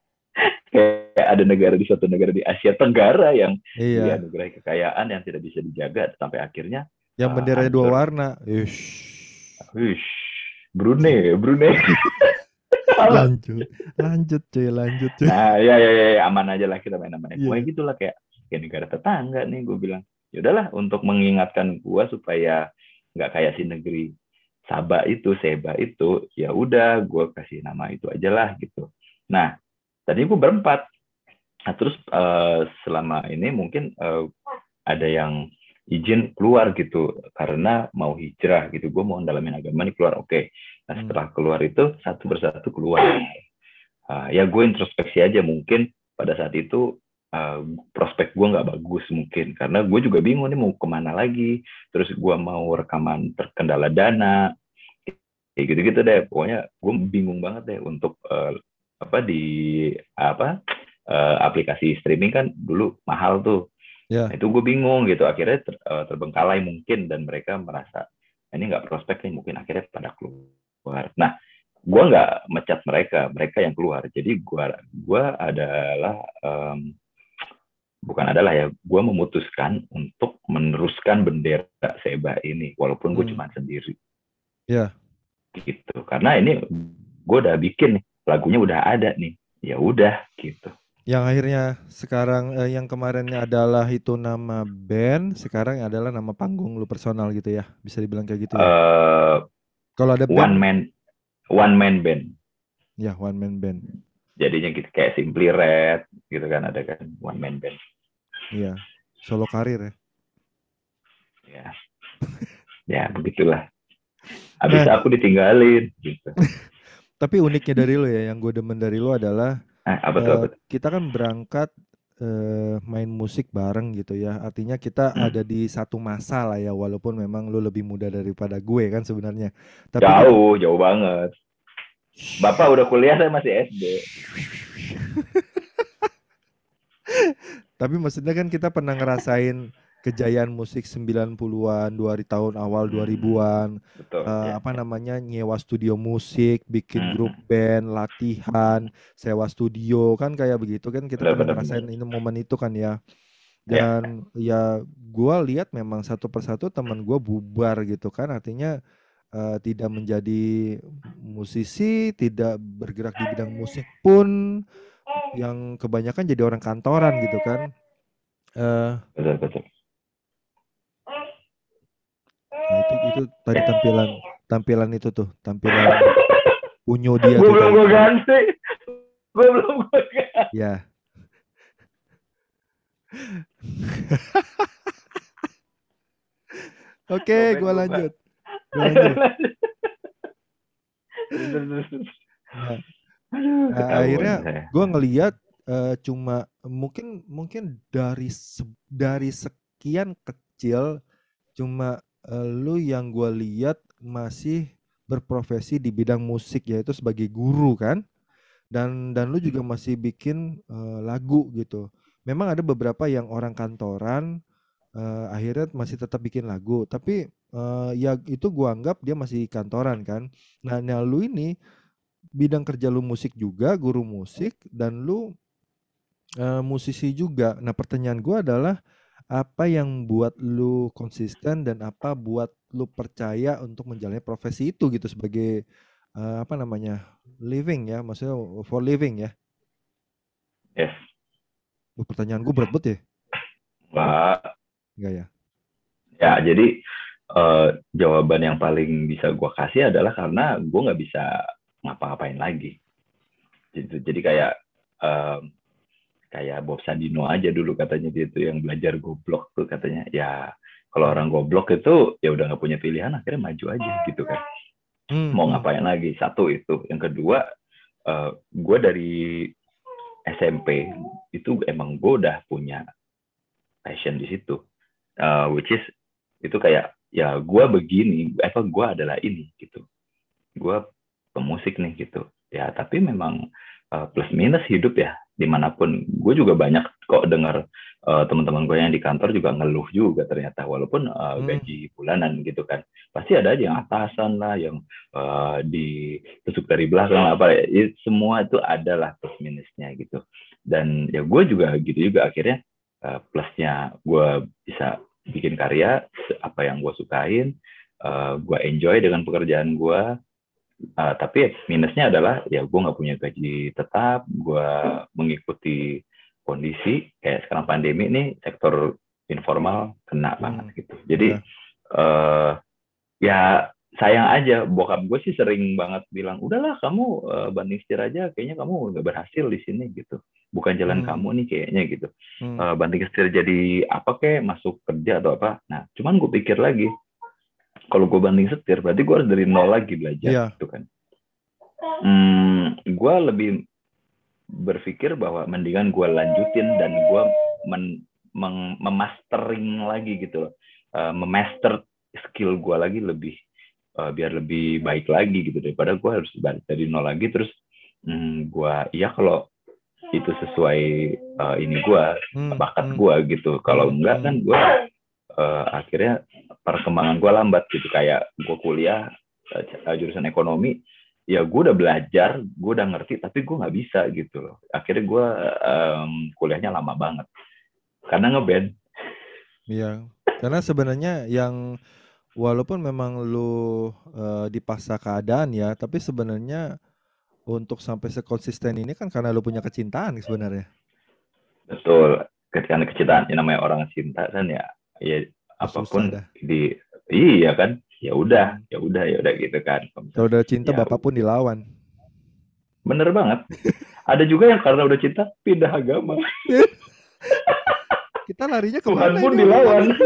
Kayak ada negara di suatu negara di Asia Tenggara yang Iya. dianugerahi kekayaan yang tidak bisa dijaga sampai akhirnya Yang uh, benderanya dua hancur. warna. Ish. Wish, Brunei, Brunei. Lanjut, lanjut cuy, lanjut cuy. Nah, ya, ya, ya, ya, aman aja lah kita main aman. Pokoknya Iya. gitulah kayak kayak negara tetangga nih gue bilang. Ya udahlah untuk mengingatkan gue supaya nggak kayak si negeri Sabah itu, Seba itu, ya udah gue kasih nama itu aja lah gitu. Nah, tadi gue berempat. Nah, terus uh, selama ini mungkin uh, ada yang izin keluar gitu karena mau hijrah gitu. Gue mau dalamin agama nih keluar. Oke. Okay. Nah, Hmm. setelah keluar itu satu persatu keluar. Uh, ya gue introspeksi aja mungkin pada saat itu uh, prospek gue nggak bagus mungkin karena gue juga bingung nih mau kemana lagi. Terus gue mau rekaman terkendala dana kayak gitu-gitu deh. Pokoknya gue bingung banget deh untuk uh, apa di apa uh, aplikasi streaming kan dulu mahal tuh. Nah, Ya. itu gue bingung gitu. Akhirnya ter, uh, terbengkalai mungkin dan mereka merasa ini nggak prospek nih mungkin akhirnya pada keluar. Nah, gue nggak mecat mereka, mereka yang keluar. Jadi gue gue adalah um, bukan adalah ya, gue memutuskan untuk meneruskan bendera Seba ini walaupun gue Hmm. cuma sendiri. Ya. Gitu karena ini gue udah bikin nih lagunya udah ada nih ya udah gitu. Yang akhirnya sekarang eh, yang kemarinnya adalah itu nama band, sekarang adalah nama panggung lu personal gitu ya. Bisa dibilang kayak gitu ya. uh, Kalau ada one band, man one man band ya one man band. jadinya gitu kayak Simply Red gitu kan ada kan one man band Iya. Solo karir ya. ya ya begitulah habis Nah, aku ditinggalin gitu. tapi uniknya dari lo ya, yang gue demen dari lo adalah Nah, apa tuh eh, apa tuh kita kan berangkat eh, main musik bareng gitu ya. Artinya kita ada hmm. di satu masa lah ya, walaupun memang lo lebih muda daripada gue kan sebenarnya. Tapi kita Jauh jauh banget, bapak udah kuliah saya masih S D. Tapi maksudnya kan kita pernah ngerasain kejayaan musik sembilan puluhan, dua di tahun awal dua hmm. ribuan, Betul eh, ya, apa ya. namanya nyewa studio musik, bikin grup Hmm. band, latihan, sewa studio kan kayak begitu kan kita benar pernah benar benar ngerasain ini momen itu kan ya. ya Dan ya gua lihat memang satu persatu teman gua bubar gitu kan artinya eh, tidak menjadi musisi, tidak bergerak di bidang musik pun yang kebanyakan jadi orang kantoran gitu kan. Eh, betul betul nah itu itu tadi ya. tampilan tampilan itu tuh, tampilan unyu dia Gue tuh belum tadi gue tuh. ganti, gue belum gue ganti. Ya. Oke, Topeng gua gue pak. lanjut. Gua lanjut. Terus, terus, terus. Nah, Aduh, nah, ketahuan akhirnya saya. gua ngeliat eh, cuma mungkin mungkin dari se- dari sekian kecil cuma eh, lu yang gua lihat masih berprofesi di bidang musik yaitu sebagai guru kan. dan dan lu juga masih bikin eh, lagu gitu. Memang ada beberapa yang orang kantoran eh, akhirnya masih tetap bikin lagu, tapi eh, ya itu gua anggap dia masih kantoran kan. Nah, nah lu ini bidang kerja lu musik juga, guru musik dan lu eh, musisi juga. Nah, pertanyaan gua adalah apa yang buat lu konsisten dan apa buat lu percaya untuk menjalani profesi itu gitu sebagai eh, apa namanya living ya, maksudnya for living ya. Yes. Oh, pertanyaan gue berat banget ya? Wah, Enggak ya? ya jadi uh, jawaban yang paling bisa gue kasih adalah karena gue nggak bisa ngapa-ngapain lagi. Jadi, jadi kayak um, kayak Bob Sandino aja dulu katanya dia itu yang belajar goblok tuh katanya. Ya kalau orang goblok itu ya udah nggak punya pilihan akhirnya maju aja gitu kan. Hmm, Mau hmm, ngapain lagi? Satu itu. Yang kedua, uh, gue dari S M P itu emang gue udah punya passion di situ, uh, which is itu kayak ya gue begini, apa gue adalah ini gitu, gue pemusik nih gitu ya. Tapi memang uh, plus minus hidup ya, dimanapun. Gue juga banyak kok dengar uh, teman-teman gue yang di kantor juga ngeluh juga ternyata, walaupun uh, Hmm. gaji bulanan gitu kan, pasti ada aja yang atasan lah, yang uh, ditusuk dari belakang apa ya, semua itu adalah plus minusnya gitu. Dan ya gue juga gitu juga akhirnya, uh, plusnya gue bisa bikin karya apa yang gue sukain, uh, gue enjoy dengan pekerjaan gue. Uh, tapi minusnya adalah ya gue nggak punya gaji tetap, gue mengikuti kondisi kayak sekarang pandemi nih, sektor informal kena banget Hmm. gitu. Jadi Ya. uh, ya sayang aja, bokap gue sih sering banget bilang, udahlah kamu uh, banting setir aja, kayaknya kamu nggak berhasil di sini gitu, bukan jalan Hmm. kamu nih kayaknya gitu. Hmm. Uh, banting setir jadi apa kayak masuk kerja atau apa. Nah cuman gue pikir lagi, kalau gue banting setir berarti gue harus dari nol lagi belajar Iya. gitu kan. Hmm, gue lebih berpikir bahwa mendingan gue lanjutin dan gue men, meng, memastering lagi gitu loh, uh, memaster skill gue lagi lebih, uh, biar lebih baik lagi gitu, daripada gue harus balik dari nol lagi terus. hmm, gue iya kalau itu sesuai uh, ini gue, Hmm. bakat Hmm. gue gitu. Kalau Hmm. enggak kan gue uh, akhirnya perkembangan gue lambat gitu. Kayak gue kuliah uh, jurusan ekonomi, ya gue udah belajar, gue udah ngerti, tapi gue nggak bisa gitu loh. Akhirnya gue um, kuliahnya lama banget karena ngeband. Iya. Karena sebenarnya yang walaupun memang lu uh, dipaksa keadaan ya, tapi sebenarnya untuk sampai sekonsisten ini kan karena lu punya kecintaan sebenarnya. Betul, ketika kecintaan, yang namanya orang cinta kan ya, ya Oh, susah apapun dah. di, iya kan, ya udah, Hmm. ya udah, ya udah gitu kan. Kalau udah cinta Ya bapak pun dilawan. bener banget. Ada juga yang karena udah cinta pindah agama. Kita larinya Tuhan kemana pun ini dilawan. omongannya?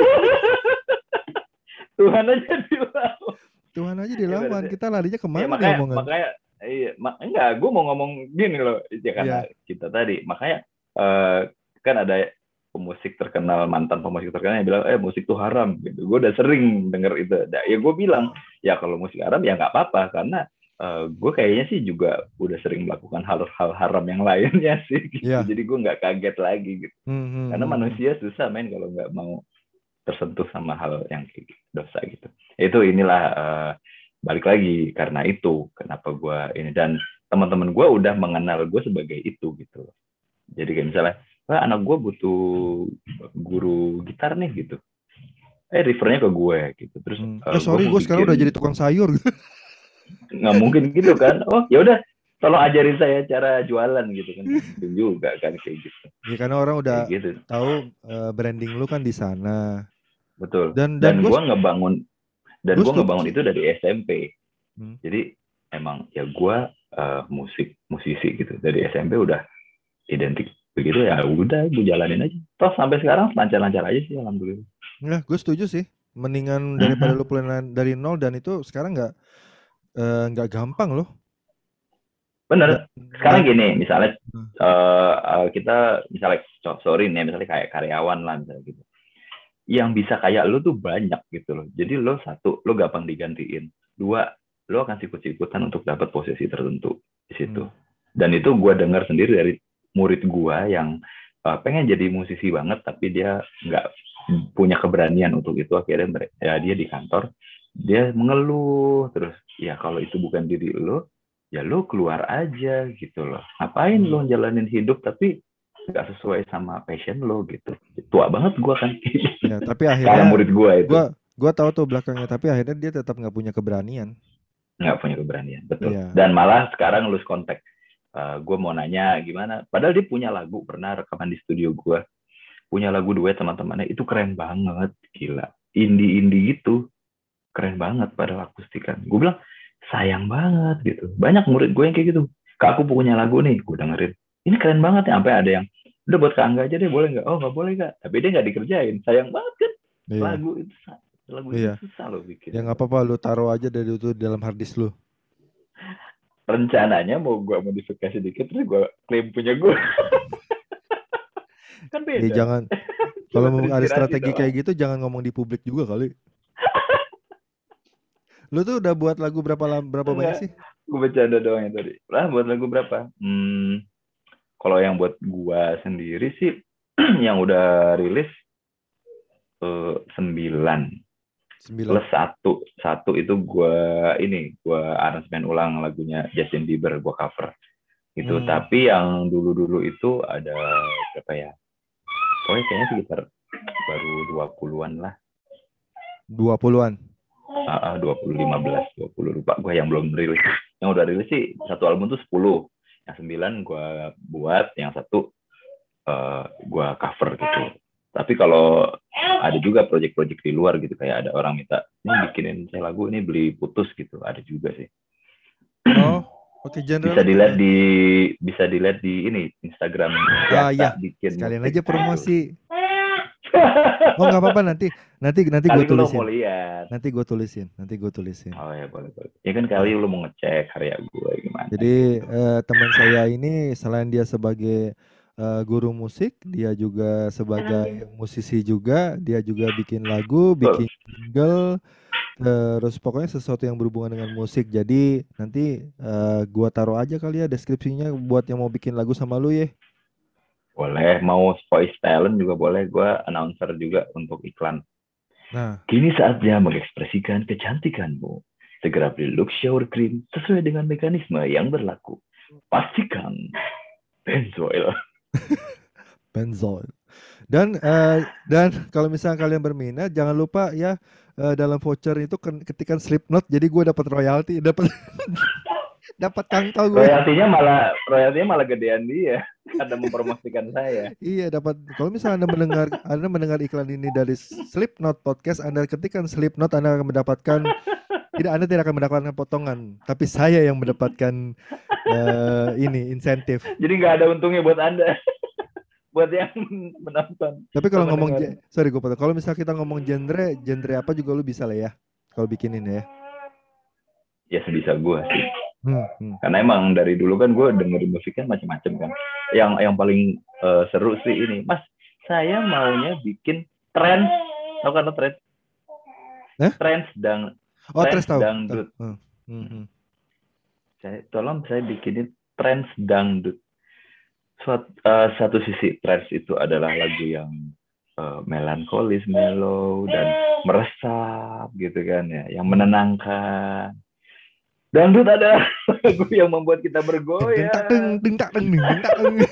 Tuhan aja dilawan. Tuhan aja Ya, dilawan. berarti, Kita larinya ya kemana nih makanya, omongan? makanya, iya, mak enggak, gue mau ngomong gini loh, ya karena Iya. cinta tadi, makanya uh, kan ada pemusik terkenal, mantan pemusik terkenal yang bilang, eh musik tuh haram gitu. Gue udah sering denger itu. Nah, ya gue bilang, ya kalau musik haram ya nggak apa-apa, karena uh, gue kayaknya sih juga udah sering melakukan hal-hal haram yang lainnya sih gitu. Iya. Jadi gue nggak kaget lagi gitu. Hmm, hmm, Karena hmm, hmm. manusia susah main kalau nggak mau tersentuh sama hal yang kayak gitu, dosa gitu. Itu inilah, uh, balik lagi karena itu kenapa gue ini, dan teman-teman gue udah mengenal gue sebagai itu gitu. Jadi kayak misalnya, wah anak gue butuh guru gitar nih gitu, eh refernya ke gue gitu. Terus Hmm. uh, Eh gue sorry, mau gue sekarang udah bikin, jadi tukang sayur. nggak mungkin gitu kan. Oh ya udah, tolong ajarin saya cara jualan gitu kan. Nggak mungkin juga kan kayak gitu. Ya karena orang udah Kayak gitu. tahu uh, branding lu kan di sana. Betul. Dan dan Dan gue gue ngebangun, dan gue gue setuju ngebangun sih. itu dari S M P. Hmm. Jadi emang ya gue uh, musik musisi gitu dari S M P udah identik begitu, ya udah gue jalanin aja. Toh sampai sekarang lancar-lancar aja sih, alhamdulillah. Nah, gue setuju sih. Mendingan daripada lu Mm-hmm. mulai dari nol, dan itu sekarang nggak eh, nggak gampang loh. Dan Bener. dan Sekarang gini, misalnya Hmm. uh, uh, kita misalnya sorry nih, misalnya kayak karyawan lah misalnya gitu. Yang bisa kayak lu tuh banyak gitu loh. Jadi lo satu, lo gampang digantiin. Dua, lo akan sikut-sikutan untuk dapat posisi tertentu di situ. Hmm. Dan itu gue dengar sendiri dari murid gue yang uh, pengen jadi musisi banget, tapi dia nggak punya keberanian untuk itu. Akhirnya ya dia di kantor, dia mengeluh terus. Ya kalau itu bukan diri lo, ya lo keluar aja gitu loh. Ngapain Hmm. lo jalanin hidup tapi nggak sesuai sama passion lo gitu. Tua banget gue kan. Ya, tapi Karena akhirnya murid gue itu gue gue tahu tuh belakangnya, tapi akhirnya dia tetap nggak punya keberanian. nggak punya keberanian, betul. Iya. Dan malah sekarang lose contact. Uh, gue mau nanya gimana, padahal dia punya lagu, pernah rekaman di studio gue, punya lagu duet teman-temannya, itu keren banget, gila, indie-indie gitu, keren banget pada akustikan. Gue bilang sayang banget gitu, banyak murid gue yang kayak gitu. Kak aku punya lagu nih, gue dengerin, ini keren banget ya, sampai ada yang udah buat Kak Angga aja deh, boleh nggak? Oh nggak boleh Kak, tapi dia nggak dikerjain, sayang banget kan. Iya. Lagu itu lagu Iya. itu susah loh bikin. Ya nggak apa-apa, lu taruh aja dari itu di dalam hard disk lu. Rencananya mau gue modifikasi dikit terus gue klaim punya gue. Kan Ya beda. jangan, kalau mau ada Terinspirasi strategi doang. kayak gitu jangan ngomong di publik juga kali. Lu tuh udah buat lagu berapa lam- berapa banyak Enggak, sih? gue bercanda doang yang tadi. Lah buat lagu berapa? Hmm, kalau yang buat gua sendiri sih yang udah rilis eh, sembilan Sembilan. plus satu satu itu gua ini gua aransemen ulang lagunya Justin Bieber, gua cover gitu. Hmm, Tapi yang dulu-dulu itu ada berapa ya? Pokoknya kayaknya sekitar baru dua puluhan lah. dua puluhan. Ah, ah, dua puluh, lima belas, dua puluh lupa gue yang belum rilis. Yang udah rilis sih satu album tuh sepuluh. Yang sembilan gue buat, yang satu uh, gue cover gitu. Tapi kalau ada juga project-project di luar gitu, kayak ada orang minta, ini bikinin saya lagu, ini beli putus gitu, ada juga sih. Oh, oke, genre Bisa lu. dilihat eh, di bisa dilihat di ini Instagram Ah Yata ya, bikin sekalian musik aja gitu. promosi. Oh nggak apa-apa, nanti nanti nanti gue Kali lu mau tulisin. lihat. Nanti gue tulisin. Nanti gue tulisin. Oh ya boleh boleh. Ya kan kali Ya. lu mau ngecek karya gue gimana Jadi gitu. eh, teman saya ini selain dia sebagai eh, guru musik, dia juga sebagai musisi juga. Dia juga bikin lagu, bikin jingle, terus pokoknya sesuatu yang berhubungan dengan musik. Jadi nanti eh, gua taruh aja kali ya deskripsinya buat yang mau bikin lagu sama lu ya. Boleh, mau voice talent juga boleh. Gue announcer juga untuk iklan. Nah, Kini saatnya mengekspresikan kecantikanmu. Segera beli Lux Shower Cream sesuai dengan mekanisme yang berlaku. Pastikan benzoil. Benzoil. Dan eh, dan kalau misalnya kalian berminat, jangan lupa ya eh, dalam voucher itu kan ketikan Slipknot. Jadi gue dapat royalti, dapat dapat kangkau gue. Royaltinya malah royaltinya malah gedean dia karena mempromosikan saya. Iya dapat. Kalau misalnya Anda mendengar Anda mendengar iklan ini dari Slipknot Podcast, Anda ketikkan Slipknot, Anda akan mendapatkan tidak Anda tidak akan mendapatkan potongan, tapi saya yang mendapatkan eh, ini insentif. Jadi nggak ada untungnya buat Anda, buat yang menonton Tapi atau kalau ngomong mendengar. ge- sorry gue potong. Kalau misalnya kita ngomong genre, genre apa juga lu bisa lah ya. Kalau bikinin ya. Ya sebisa gue sih. Hmm, hmm. Karena emang dari dulu kan gue dengerin musiknya macam-macam kan. Yang yang paling uh, seru sih ini, Mas, saya maunya bikin trance, tau kan trance? Hah? Trance dan Oh, Tres trance tahu. Tahu. dangdut. Hmm, hmm, hmm. Saya tolong saya bikinin trance dangdut. Suat, uh, satu sisi trance itu adalah lagu yang uh, melankolis, mellow dan meresap gitu kan ya, yang menenangkan. Dangdut ada lagu yang membuat kita Deng deng tak deng bergoyang. deng tak deng deng deng tak deng.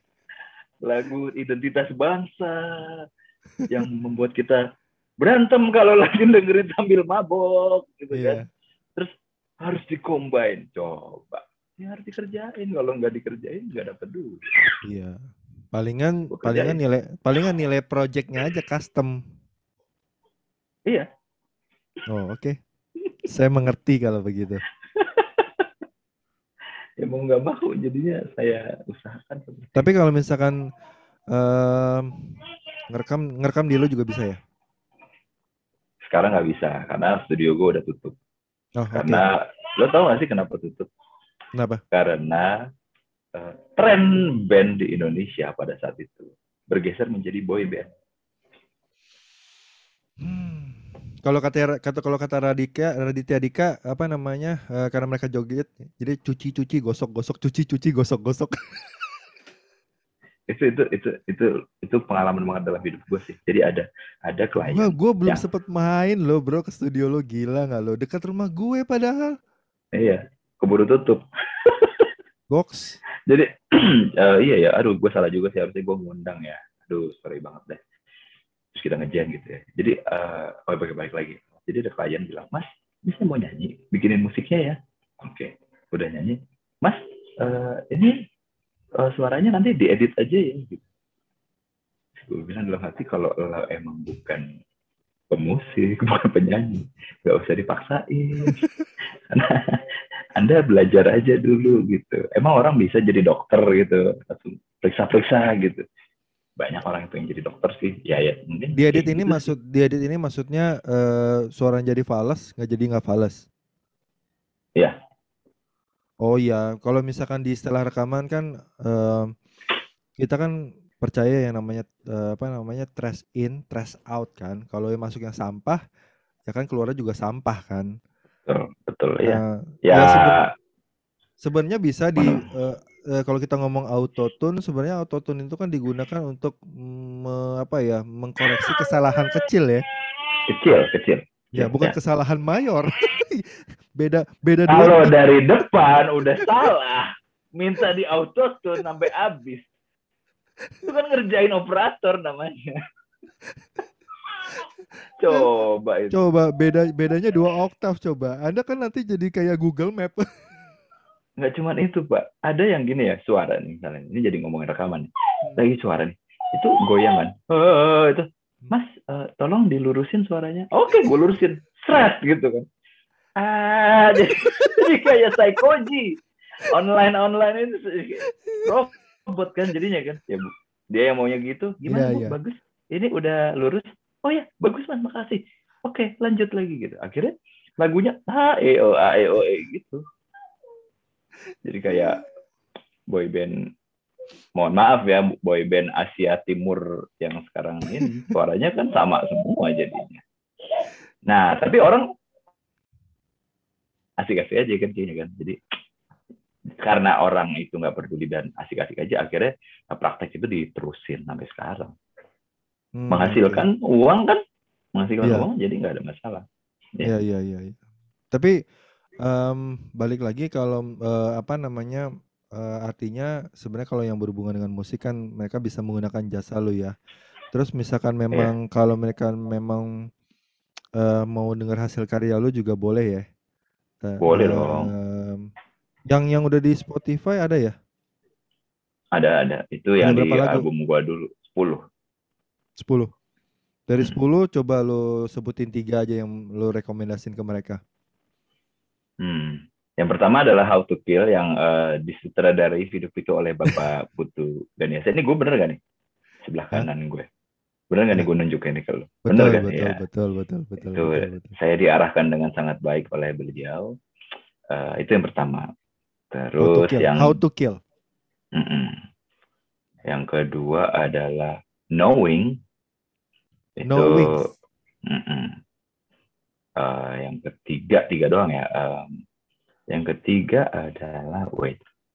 Lagu identitas bangsa yang membuat kita berantem kalau lagi dengerin sambil mabok gitu kan. Iya, Terus harus dikombain. Coba. Ya harus dikerjain. Kalau nggak dikerjain nggak dapat duit. iya. Palingan Gue palingan kerjain. nilai palingan nilai projectnya aja custom. Iya. Oh, oke. Saya mengerti kalau begitu. Ya mau nggak mau jadinya saya usahakan seperti Tapi itu. kalau misalkan em, ngerekam ngerekam di lu juga bisa ya? Sekarang nggak bisa karena studio gue udah tutup. Oh, oke. Karena lo tau gak sih kenapa tutup? Kenapa? Karena uh, tren band di Indonesia pada saat itu bergeser menjadi boy band. Hmm. Kalau kata kata kalau kata Radika Raditya Dika apa namanya eh, karena mereka joget jadi cuci-cuci gosok-gosok cuci-cuci gosok-gosok. Itu itu itu itu itu pengalaman banget dalam hidup gue sih. Jadi ada ada Wah, klien gue belum yang sempet main loh bro ke studio lo, gila nggak lo? Dekat rumah gue padahal. iya keburu tutup. Box. Jadi uh, iya ya, aduh gue salah juga sih, harusnya gue ngundang ya. Aduh sorry banget deh. Terus kita ngejam gitu ya. Jadi uh, oh balik-balik lagi. Jadi ada klien bilang, Mas, bisa mau nyanyi, bikinin musiknya ya. Oke, udah nyanyi. Mas, uh, ini uh, suaranya nanti diedit aja ya. Gitu. Gue bilang dalam hati kalau lo emang bukan pemusik, bukan penyanyi, nggak usah dipaksain. Karena Anda belajar aja dulu gitu. Emang orang bisa jadi dokter gitu, langsung periksa-periksa gitu. Banyak orang yang pengen jadi dokter sih. Ya ya, mungkin Diedit kayak ini gitu sih. maksud diedit ini maksudnya eh, suara jadi fals nggak jadi nggak fals. Ya, Oh iya, kalau misalkan di istilah rekaman kan em, kita kan percaya yang namanya eh, apa namanya trash in, trash out kan. Kalau yang masuk yang sampah, ya kan keluarnya juga sampah kan. betul, betul ya. Nah, Ya, ya seben sebenarnya bisa di mana? eh, eh, kalau kita ngomong autotune, sebenarnya autotune itu kan digunakan untuk me- apa ya, mengkoreksi kesalahan kecil ya. Kecil, kecil. Ya, Kecil. bukan Ya. kesalahan mayor. Beda beda dua Kalau bit. dari depan udah salah, minta di autotune sampai habis. Itu kan ngerjain operator namanya. Eh, Coba itu. Coba beda bedanya dua oktav coba. Anda kan nanti jadi kayak Google Map. Nggak cuma itu, Pak. Ada yang gini ya, suara nih misalnya. Ini jadi ngomongin rekaman. Hmm. Lagi suara nih. Itu goyang kan. Oh, itu. Mas, uh, tolong dilurusin suaranya. Oke, gue lurusin. Seret gitu kan. Ah, jadi, jadi kayak psychoji. Online-online itu robot kan jadinya kan. Ya, Bu. Dia yang maunya gitu. Gimana, Iya, Bu? iya. Bagus. Ini udah lurus. Oh ya, bagus, Mas. Makasih. Oke, lanjut lagi gitu. Akhirnya lagunya A, E, O, A, E, O, E gitu. Jadi kayak boy band, mohon maaf ya, boy band Asia Timur yang sekarang ini suaranya kan sama semua jadinya. Nah, tapi orang asik-asik aja kan kayaknya kan. Jadi karena orang itu nggak peduli dan asik-asik aja, akhirnya praktek itu diterusin sampai sekarang. Hmm, oke. Menghasilkan uang kan, menghasilkan Iya, uang jadi nggak ada masalah. iya, Ya, iya, iya, iya. Tapi em, balik lagi kalau eh, apa namanya, eh, artinya sebenarnya kalau yang berhubungan dengan musik kan mereka bisa menggunakan jasa lu ya. Terus misalkan memang ya kalau mereka memang eh, mau dengar hasil karya lu juga boleh ya. Eh, boleh dong. em, yang yang udah di Spotify ada ya? Ada ada itu Ada yang berapa di lagu? album gua dulu sepuluh. Sepuluh. Dari Hmm. sepuluh coba lu sebutin tiga aja yang lu rekomendasiin ke mereka. Hmm. Yang pertama adalah How to Kill yang uh, disutradarai video-video oleh Bapak Putu Ganiasa. Ini gue bener gak nih? Sebelah Hah? kanan gue. Bener gak nih Ya, gue nunjukin ini ke lu? Bener betul, kan? betul, Ya. betul, betul, betul, Itu betul, betul. saya diarahkan dengan sangat baik oleh beliau. Uh, itu yang pertama. How to Terus kill, how yang to kill. mm-mm. Yang kedua adalah Knowing. No Itu wings. mm-mm. Uh, yang ketiga, tiga doang ya. Um, yang ketiga adalah wait.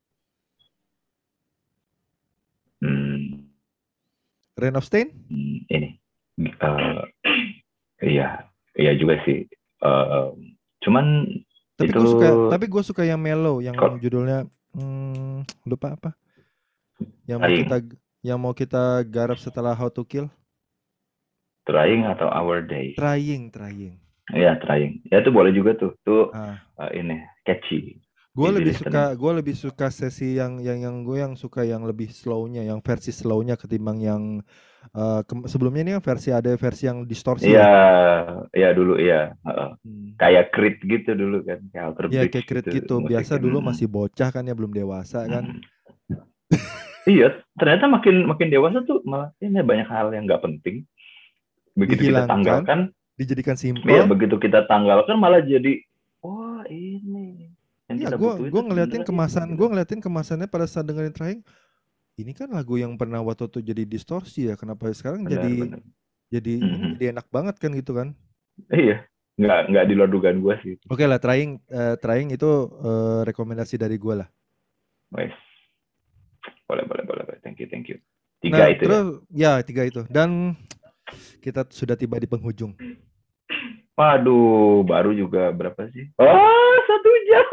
Hmm, Rain of Stain? hmm, ini. Uh, iya, iya juga sih. Uh, cuman Tapi itu gue suka, tapi gue suka yang mellow, yang kok judulnya hmm, lupa apa? Yang mau kita, trying, yang mau kita garap setelah How to Kill? trying atau our days. Trying, trying. Iya, trying. Ya itu boleh juga tuh. Tuh Ah, uh, ini catchy, gue easy lebih listening. suka, gue lebih suka sesi yang, yang, yang gue yang suka yang lebih slownya, yang versi slownya ketimbang yang eh, ke- sebelumnya ini kan versi ada versi yang distorsi Iya, ya. iya dulu iya. Uh, Hmm. kayak Creed gitu dulu kan, kayak Alter Ya Bridge kayak Creed gitu gitu. Biasa musiknya. dulu Mm-mm. masih bocah kan ya, belum dewasa kan. Mm-mm. Iya, ternyata makin makin dewasa tuh malah ini banyak hal yang nggak penting. Begitu kita Dihilangkan, tanggalkan, dijadikan iya simple. begitu kita tanggalkan malah jadi, wah ini yang Iya, kita gue butuh gua itu ngeliatin sebenarnya ini kemasan, gitu. gue ngeliatin kemasannya pada saat dengerin Trying. Ini kan lagu yang pernah waktu itu jadi distorsi ya. Kenapa sekarang jadi Benar-benar. jadi ini Mm-hmm. jadi enak banget kan gitu kan? Iya, nggak nggak di luar dugaan gue sih. Oke lah, Trying, eh, Trying itu eh, rekomendasi dari gue lah. Wes, boleh boleh boleh, thank you thank you. Nah, Tiga itu ya. terus ya tiga itu. Dan kita sudah tiba di penghujung. Waduh, baru juga berapa sih? Oh, satu jam.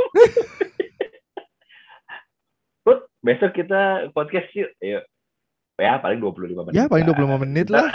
Put, besok kita podcast yuk. Ayo. Ya, paling dua puluh lima Ya menit paling dua puluh lima lah. menit Ntar, lah.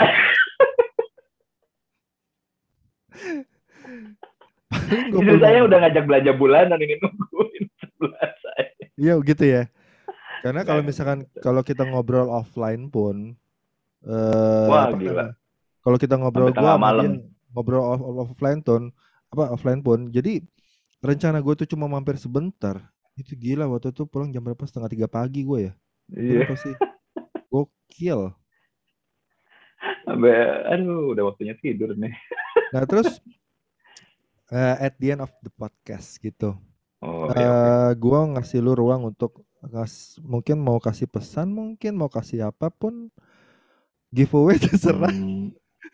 Paling istri dua puluh lima saya udah menit. ngajak belanja bulanan ini nungguin sebelah saya. Iya gitu ya. Karena Nggak, kalau nggak, misalkan nggak. kalau kita ngobrol offline pun eh Wah, apa gila. namanya? Kalau kita ngobrol Sampai gua tengah sama malam. dia ngobrol off, off- offline pun apa offline pun. Jadi rencana gue tuh cuma mampir sebentar. Itu gila waktu itu pulang jam berapa? Setengah tiga pagi gue ya. Lu Iya. berapa sih? Gokil. Sampai, aduh, udah waktunya tidur nih. Nah terus eh, at the end of the podcast gitu. Oh, ya oke. eh gua ngasih lu ruang untuk ngas, mungkin mau kasih pesan, mungkin mau kasih apapun, giveaway terserah. Hmm,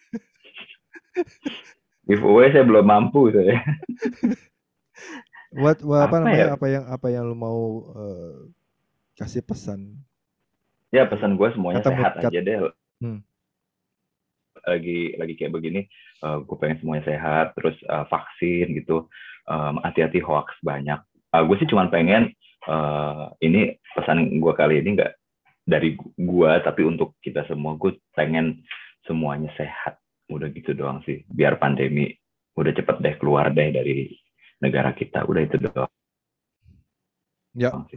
giveaway saya belum mampu saya. What, wha- apa Apa namanya? ya? Apa yang apa yang lu mau eh, kasih pesan. Ya pesan gue semuanya Kata sehat mood, aja deh. Hmm. Lagi lagi kayak begini, uh, gue pengen semuanya sehat, terus uh, vaksin gitu, um, hati-hati hoax banyak. Uh, gue sih cuma pengen uh, ini pesan gue kali ini nggak dari gue tapi untuk kita semua. Gue pengen semuanya sehat, udah gitu doang sih, biar pandemi udah cepet deh keluar deh dari negara kita, udah itu doang Ya, sih.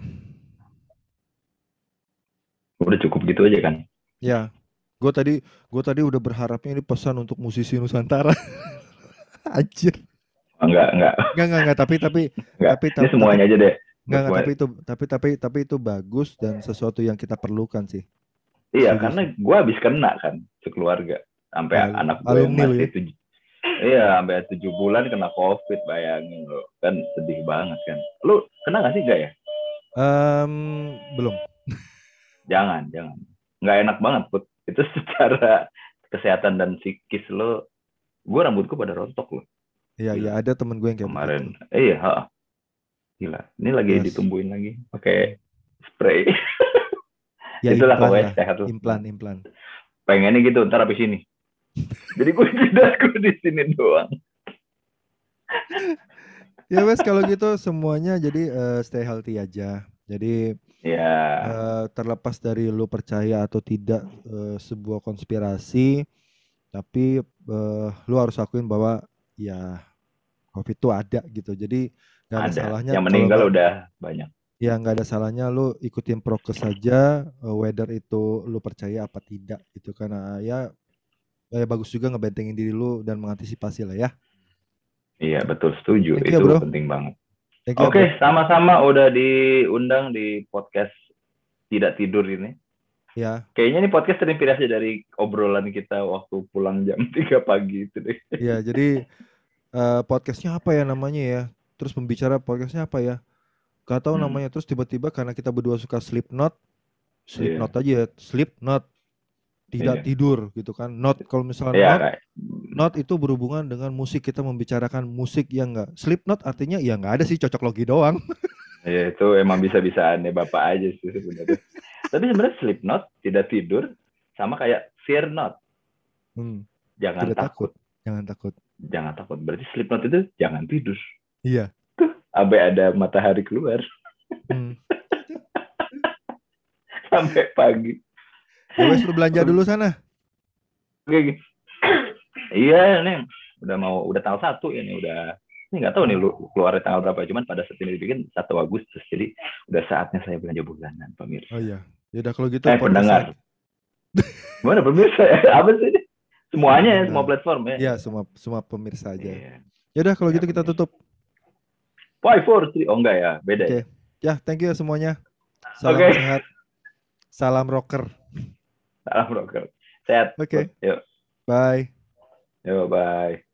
Udah cukup gitu aja kan. ya. Gue tadi, gue tadi udah berharapnya ini pesan untuk musisi Nusantara. Anjir. Enggak, enggak, Enggak, enggak, enggak. Tapi, tapi, enggak. tapi, Ini tapi, tapi, semuanya aja deh. enggak, enggak. Semua, Tapi itu, tapi, tapi, tapi itu bagus dan sesuatu yang kita perlukan sih. iya, Setuju karena sih. gue habis kena kan sekeluarga. Sampai Ya, anak gue yang alumni lu masih ya. tujuh, iya, sampai tujuh bulan kena COVID, bayangin lo. Kan sedih banget kan. Lu kena nggak sih, enggak ya? Em, belum. Jangan, jangan. Nggak enak banget, Put. Itu secara kesehatan dan psikis lo. Gue rambutku pada rontok loh. Iya, iya. Gila. Ada temen gue yang kayak begitu. Kemarin. Eh, iya, ha. Gila. Ini lagi Yes. ditumbuhin lagi. Pakai spray. Ya Itulah implan pokoknya lah. sehat lo. Implan, implan. Pengennya gitu, ntar habis ini. Jadi gue jidatku di sini doang. Ya wes kalau gitu semuanya jadi eh, stay healthy aja. Jadi Ya, eh, terlepas dari lu percaya atau tidak eh, sebuah konspirasi, tapi eh, lu harus akuin bahwa ya COVID itu ada gitu. Jadi nggak ada ada. salahnya Yang kalau meninggal nggak, udah banyak. ya nggak ada salahnya lu ikutin prokes saja, eh, whether itu lu percaya apa tidak gitu karena ya ya bagus juga ngebentengin diri lu dan mengantisipasi lah ya. Iya, betul. Setuju. Thank you Itu bro. penting banget. Thank you Oke, bro. sama-sama udah diundang di podcast Tidak Tidur ini. Ya. Kayaknya ini podcast terinspirasi dari obrolan kita waktu pulang jam tiga pagi itu deh. Ya, jadi eh, podcastnya apa ya namanya ya? Terus pembicara podcastnya apa ya? Gak tahu Hmm, namanya. Terus tiba-tiba karena kita berdua suka Slipknot, Slipknot iya, aja ya, Slipknot, tidak iya. tidur gitu kan. Not kalau misalnya Iya, not, kayak. not itu berhubungan dengan musik, kita membicarakan musik yang enggak. Slipknot artinya ya nggak ada sih, cocok logi doang. Iya, itu emang bisa-bisaannya Bapak aja sih sebenarnya. Tapi sebenarnya sleep not, tidak tidur, sama kayak fear not. Hmm, Jangan tidak takut, takut. jangan takut. Jangan takut. Berarti sleep not itu jangan tidur. Iya. Sampai ada matahari keluar. Hmm. Sampai pagi. Ya wes lu belanja dulu sana. Oke. Iya nih, udah mau udah tanggal satu ini udah ini nggak tahu nih lu keluar tanggal berapa, cuman pada saat ini dibikin satu Agustus, jadi udah saatnya saya belanja bulanan, pemirsa. Oh iya. Ya udah kalau gitu Eh podcast pendengar, mana pemirsa? Apa sih? Semuanya ya, semua platform ya. Iya, semua semua pemirsa aja. Iya. Ya udah kalau Ya, gitu kita pemirsa. tutup. Five, four, three, oh enggak ya, beda Oke. ya. Ya, thank you semuanya. Salam Oke. sehat. Salam rocker. Salam rocker. Sehat. Oke. Yuk. Bye. Yuk, bye.